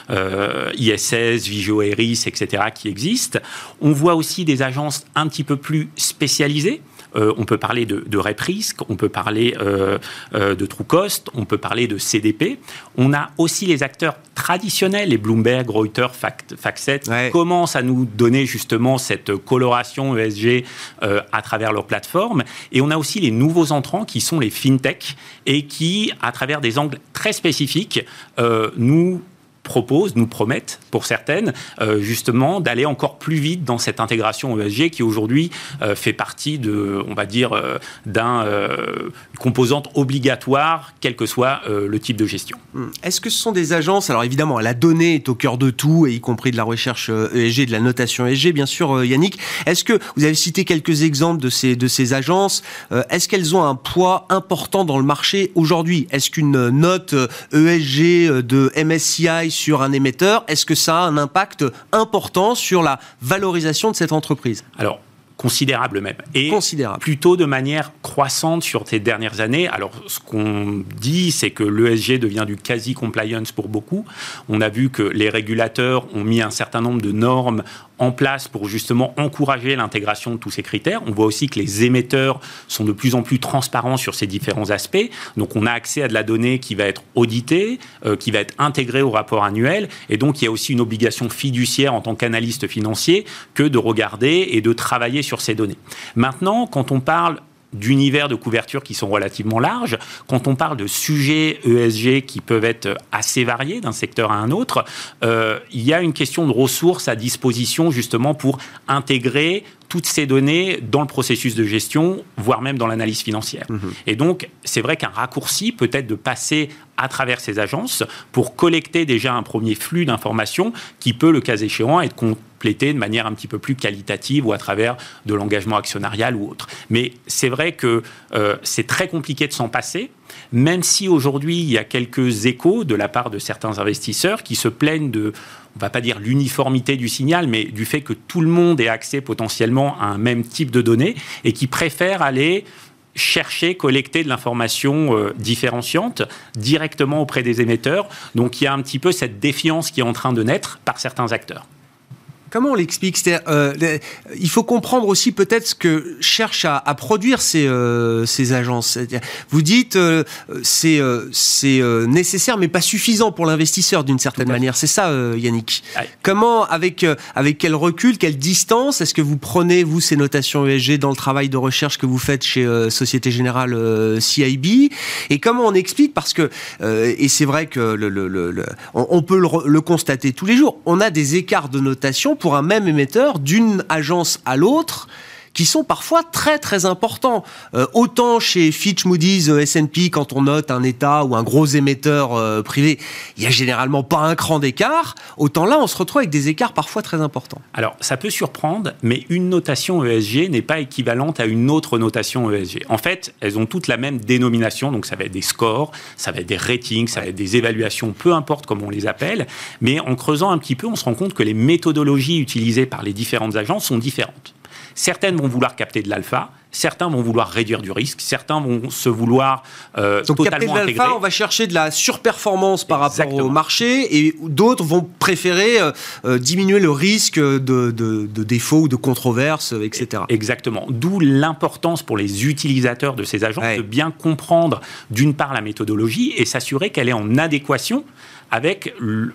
ISS, Vigeo Eiris, etc., qui existent. On voit aussi des agences un petit peu plus spécialisées. On peut parler de RepRisk, on peut parler de Trucost, on peut parler de CDP. On a aussi les acteurs traditionnels, les Bloomberg, Reuters, FactSet, commencent à nous donner justement cette coloration ESG à travers leur plateforme. Et on a aussi les nouveaux entrants qui sont les FinTech et qui, à travers des angles très spécifiques, nous promettent, pour certaines, justement, d'aller encore plus vite dans cette intégration ESG qui, aujourd'hui, fait partie de, on va dire, d'une composante obligatoire, quel que soit le type de gestion. Est-ce que ce sont des agences, alors évidemment, la donnée est au cœur de tout, et y compris de la recherche ESG, de la notation ESG, bien sûr, Yannick. Est-ce que, vous avez cité quelques exemples de ces agences, est-ce qu'elles ont un poids important dans le marché aujourd'hui ? Est-ce qu'une note ESG de MSCI sur un émetteur, est-ce que ça a un impact important sur la valorisation de cette entreprise ? Alors, Considérable même. Et plutôt de manière croissante sur ces dernières années. Alors, ce qu'on dit, c'est que l'ESG devient du quasi-compliance pour beaucoup. On a vu que les régulateurs ont mis un certain nombre de normes en place pour justement encourager l'intégration de tous ces critères. On voit aussi que les émetteurs sont de plus en plus transparents sur ces différents aspects. Donc, on a accès à de la donnée qui va être auditée, qui va être intégrée au rapport annuel. Et donc, il y a aussi une obligation fiduciaire en tant qu'analyste financier que de regarder et de travailler sur ces données. Maintenant, quand on parle d'univers de couverture qui sont relativement larges, quand on parle de sujets ESG qui peuvent être assez variés d'un secteur à un autre, il y a une question de ressources à disposition justement pour intégrer toutes ces données dans le processus de gestion, voire même dans l'analyse financière. Et donc, c'est vrai qu'un raccourci peut être de passer à travers ces agences pour collecter déjà un premier flux d'informations qui peut, le cas échéant, être complété de manière un petit peu plus qualitative ou à travers de l'engagement actionnarial ou autre. Mais c'est vrai que c'est très compliqué de s'en passer, même si aujourd'hui, il y a quelques échos de la part de certains investisseurs qui se plaignent de, on ne va pas dire l'uniformité du signal, mais du fait que tout le monde ait accès potentiellement à un même type de données et qui préfèrent aller chercher, collecter de l'information différenciante directement auprès des émetteurs. Donc il y a un petit peu cette défiance qui est en train de naître par certains acteurs. Comment on l'explique ? C'est-à-dire, il faut comprendre aussi peut-être ce que cherchent à produire ces agences. C'est-à-dire, vous dites c'est nécessaire mais pas suffisant pour l'investisseur d'une certaine manière. C'est ça, Yannick. Ouais. Comment, avec quel recul, quelle distance est-ce que vous prenez, vous, ces notations ESG dans le travail de recherche que vous faites chez Société Générale CIB ? Et comment on explique ? Parce que, et c'est vrai que on peut le constater tous les jours, on a des écarts de notation pour un même émetteur d'une agence à l'autre qui sont parfois très très importants. Autant chez Fitch, Moody's, S&P, quand on note un État ou un gros émetteur privé, il n'y a généralement pas un cran d'écart. Autant là, on se retrouve avec des écarts parfois très importants. Alors, ça peut surprendre, mais une notation ESG n'est pas équivalente à une autre notation ESG. En fait, elles ont toutes la même dénomination, donc ça va être des scores, ça va être des ratings, ça va être des évaluations, peu importe comment on les appelle, mais en creusant un petit peu, on se rend compte que les méthodologies utilisées par les différentes agences sont différentes. Certaines vont vouloir capter de l'alpha, certains vont vouloir réduire du risque, certains vont se vouloir donc capter de l'alpha, on va chercher de la surperformance par rapport au marché, et d'autres vont préférer diminuer le risque de défaut ou de controverse, etc. Exactement. D'où l'importance pour les utilisateurs de ces agences de bien comprendre d'une part la méthodologie et s'assurer qu'elle est en adéquation avec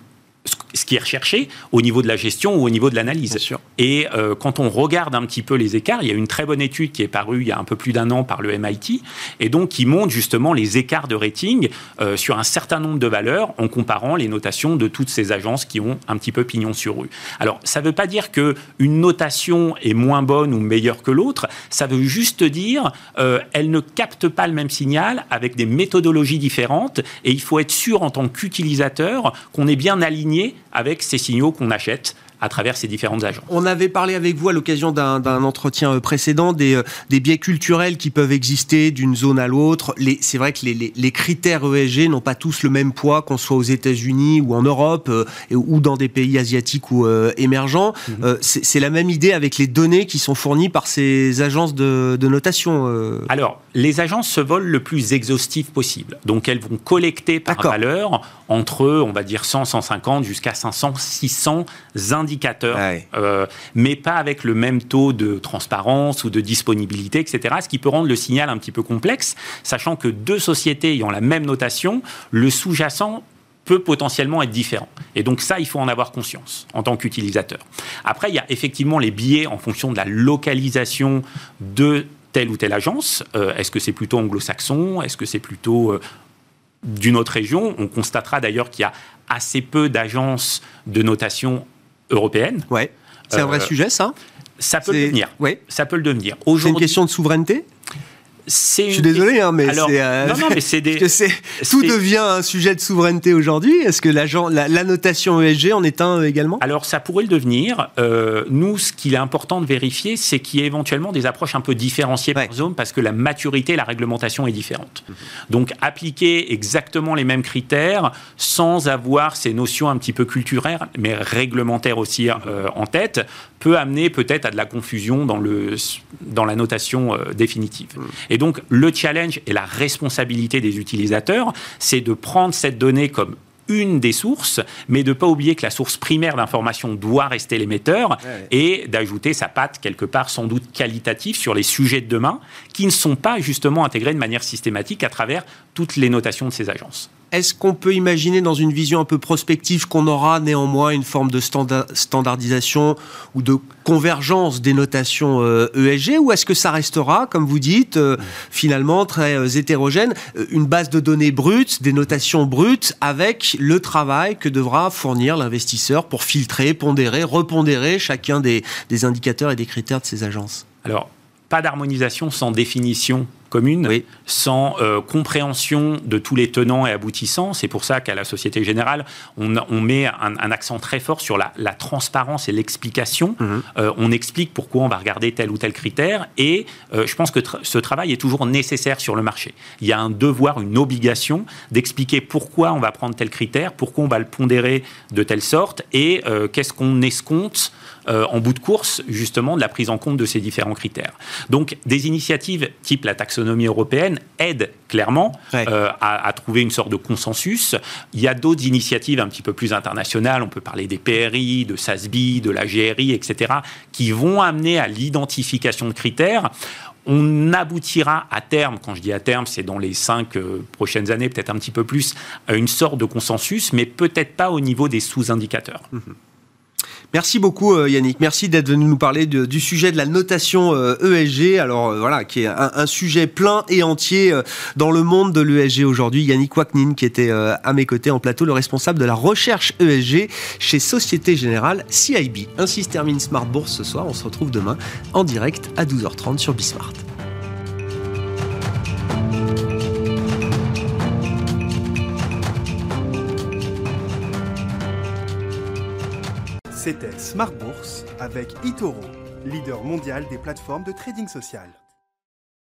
ce qui est recherché au niveau de la gestion ou au niveau de l'analyse. Et quand on regarde un petit peu les écarts, il y a une très bonne étude qui est parue il y a un peu plus d'un an par le MIT, et donc qui montre justement les écarts de rating sur un certain nombre de valeurs en comparant les notations de toutes ces agences qui ont un petit peu pignon sur rue. Alors, ça ne veut pas dire qu'une notation est moins bonne ou meilleure que l'autre, ça veut juste dire elle ne capte pas le même signal avec des méthodologies différentes, et il faut être sûr en tant qu'utilisateur qu'on est bien aligné avec ces signaux qu'on achète à travers ces différentes agences. On avait parlé avec vous à l'occasion d'un entretien précédent des biais culturels qui peuvent exister d'une zone à l'autre. C'est vrai que les critères ESG n'ont pas tous le même poids, qu'on soit aux États-Unis ou en Europe ou dans des pays asiatiques ou émergents. C'est la même idée avec les données qui sont fournies par ces agences de notation. Alors, les agences se veulent le plus exhaustif possible. Donc, elles vont collecter par valeur entre, on va dire, 100, 150 jusqu'à 500, 600 indicateurs, mais pas avec le même taux de transparence ou de disponibilité, etc., ce qui peut rendre le signal un petit peu complexe, sachant que deux sociétés ayant la même notation, le sous-jacent peut potentiellement être différent. Et donc ça, il faut en avoir conscience en tant qu'utilisateur. Après, il y a effectivement les biais en fonction de la localisation de telle ou telle agence. Est-ce que c'est plutôt anglo-saxon ? Est-ce que c'est plutôt d'une autre région ? On constatera d'ailleurs qu'il y a assez peu d'agences de notation européennes. Ouais. C'est un vrai sujet, ça ? Ça peut le devenir. Ouais. Ça peut le devenir. C'est une question de souveraineté ? Je suis désolé, mais alors, non, mais c'est des... Tout devient un sujet de souveraineté aujourd'hui. Est-ce que la notation ESG en est un également ? Alors, ça pourrait le devenir. Nous, ce qu'il est important de vérifier, c'est qu'il y ait éventuellement des approches un peu différenciées par zone, parce que la maturité et la réglementation est différente. Donc, appliquer exactement les mêmes critères sans avoir ces notions un petit peu culturelles, mais réglementaires aussi en tête, peut amener peut-être à de la confusion dans la notation définitive. Et donc, le challenge et la responsabilité des utilisateurs, c'est de prendre cette donnée comme une des sources, mais de ne pas oublier que la source primaire d'information doit rester l'émetteur et d'ajouter sa patte quelque part sans doute qualitative sur les sujets de demain qui ne sont pas justement intégrés de manière systématique à travers toutes les notations de ces agences. Est-ce qu'on peut imaginer dans une vision un peu prospective qu'on aura néanmoins une forme de standardisation ou de convergence des notations ESG, ou est-ce que ça restera, comme vous dites, finalement très hétérogène, une base de données brute, des notations brutes, avec le travail que devra fournir l'investisseur pour filtrer, pondérer, repondérer chacun des indicateurs et des critères de ces agences ? Alors, pas d'harmonisation sans définition commune, sans compréhension de tous les tenants et aboutissants. C'est pour ça qu'à la Société Générale, on met un accent très fort sur la transparence et l'explication. On explique pourquoi on va regarder tel ou tel critère, et je pense que ce travail est toujours nécessaire sur le marché. Il y a un devoir, une obligation d'expliquer pourquoi on va prendre tel critère, pourquoi on va le pondérer de telle sorte, et qu'est-ce qu'on escompte en bout de course, justement, de la prise en compte de ces différents critères. Donc, des initiatives type la taxonomie européenne aident clairement à trouver une sorte de consensus. Il y a d'autres initiatives un petit peu plus internationales, on peut parler des PRI, de SASB, de la GRI, etc., qui vont amener à l'identification de critères. On aboutira à terme, quand je dis à terme, c'est dans les 5 prochaines années, peut-être un petit peu plus, à une sorte de consensus, mais peut-être pas au niveau des sous-indicateurs. Merci beaucoup Yannick, merci d'être venu nous parler du sujet de la notation ESG, alors voilà, qui est un sujet plein et entier dans le monde de l'ESG aujourd'hui. Yannick Waknin qui était à mes côtés en plateau, le responsable de la recherche ESG chez Société Générale CIB. Ainsi se termine Smart Bourse ce soir, on se retrouve demain en direct à 12h30 sur Bismart. C'était Smart Bourse avec eToro, leader mondial des plateformes de trading social.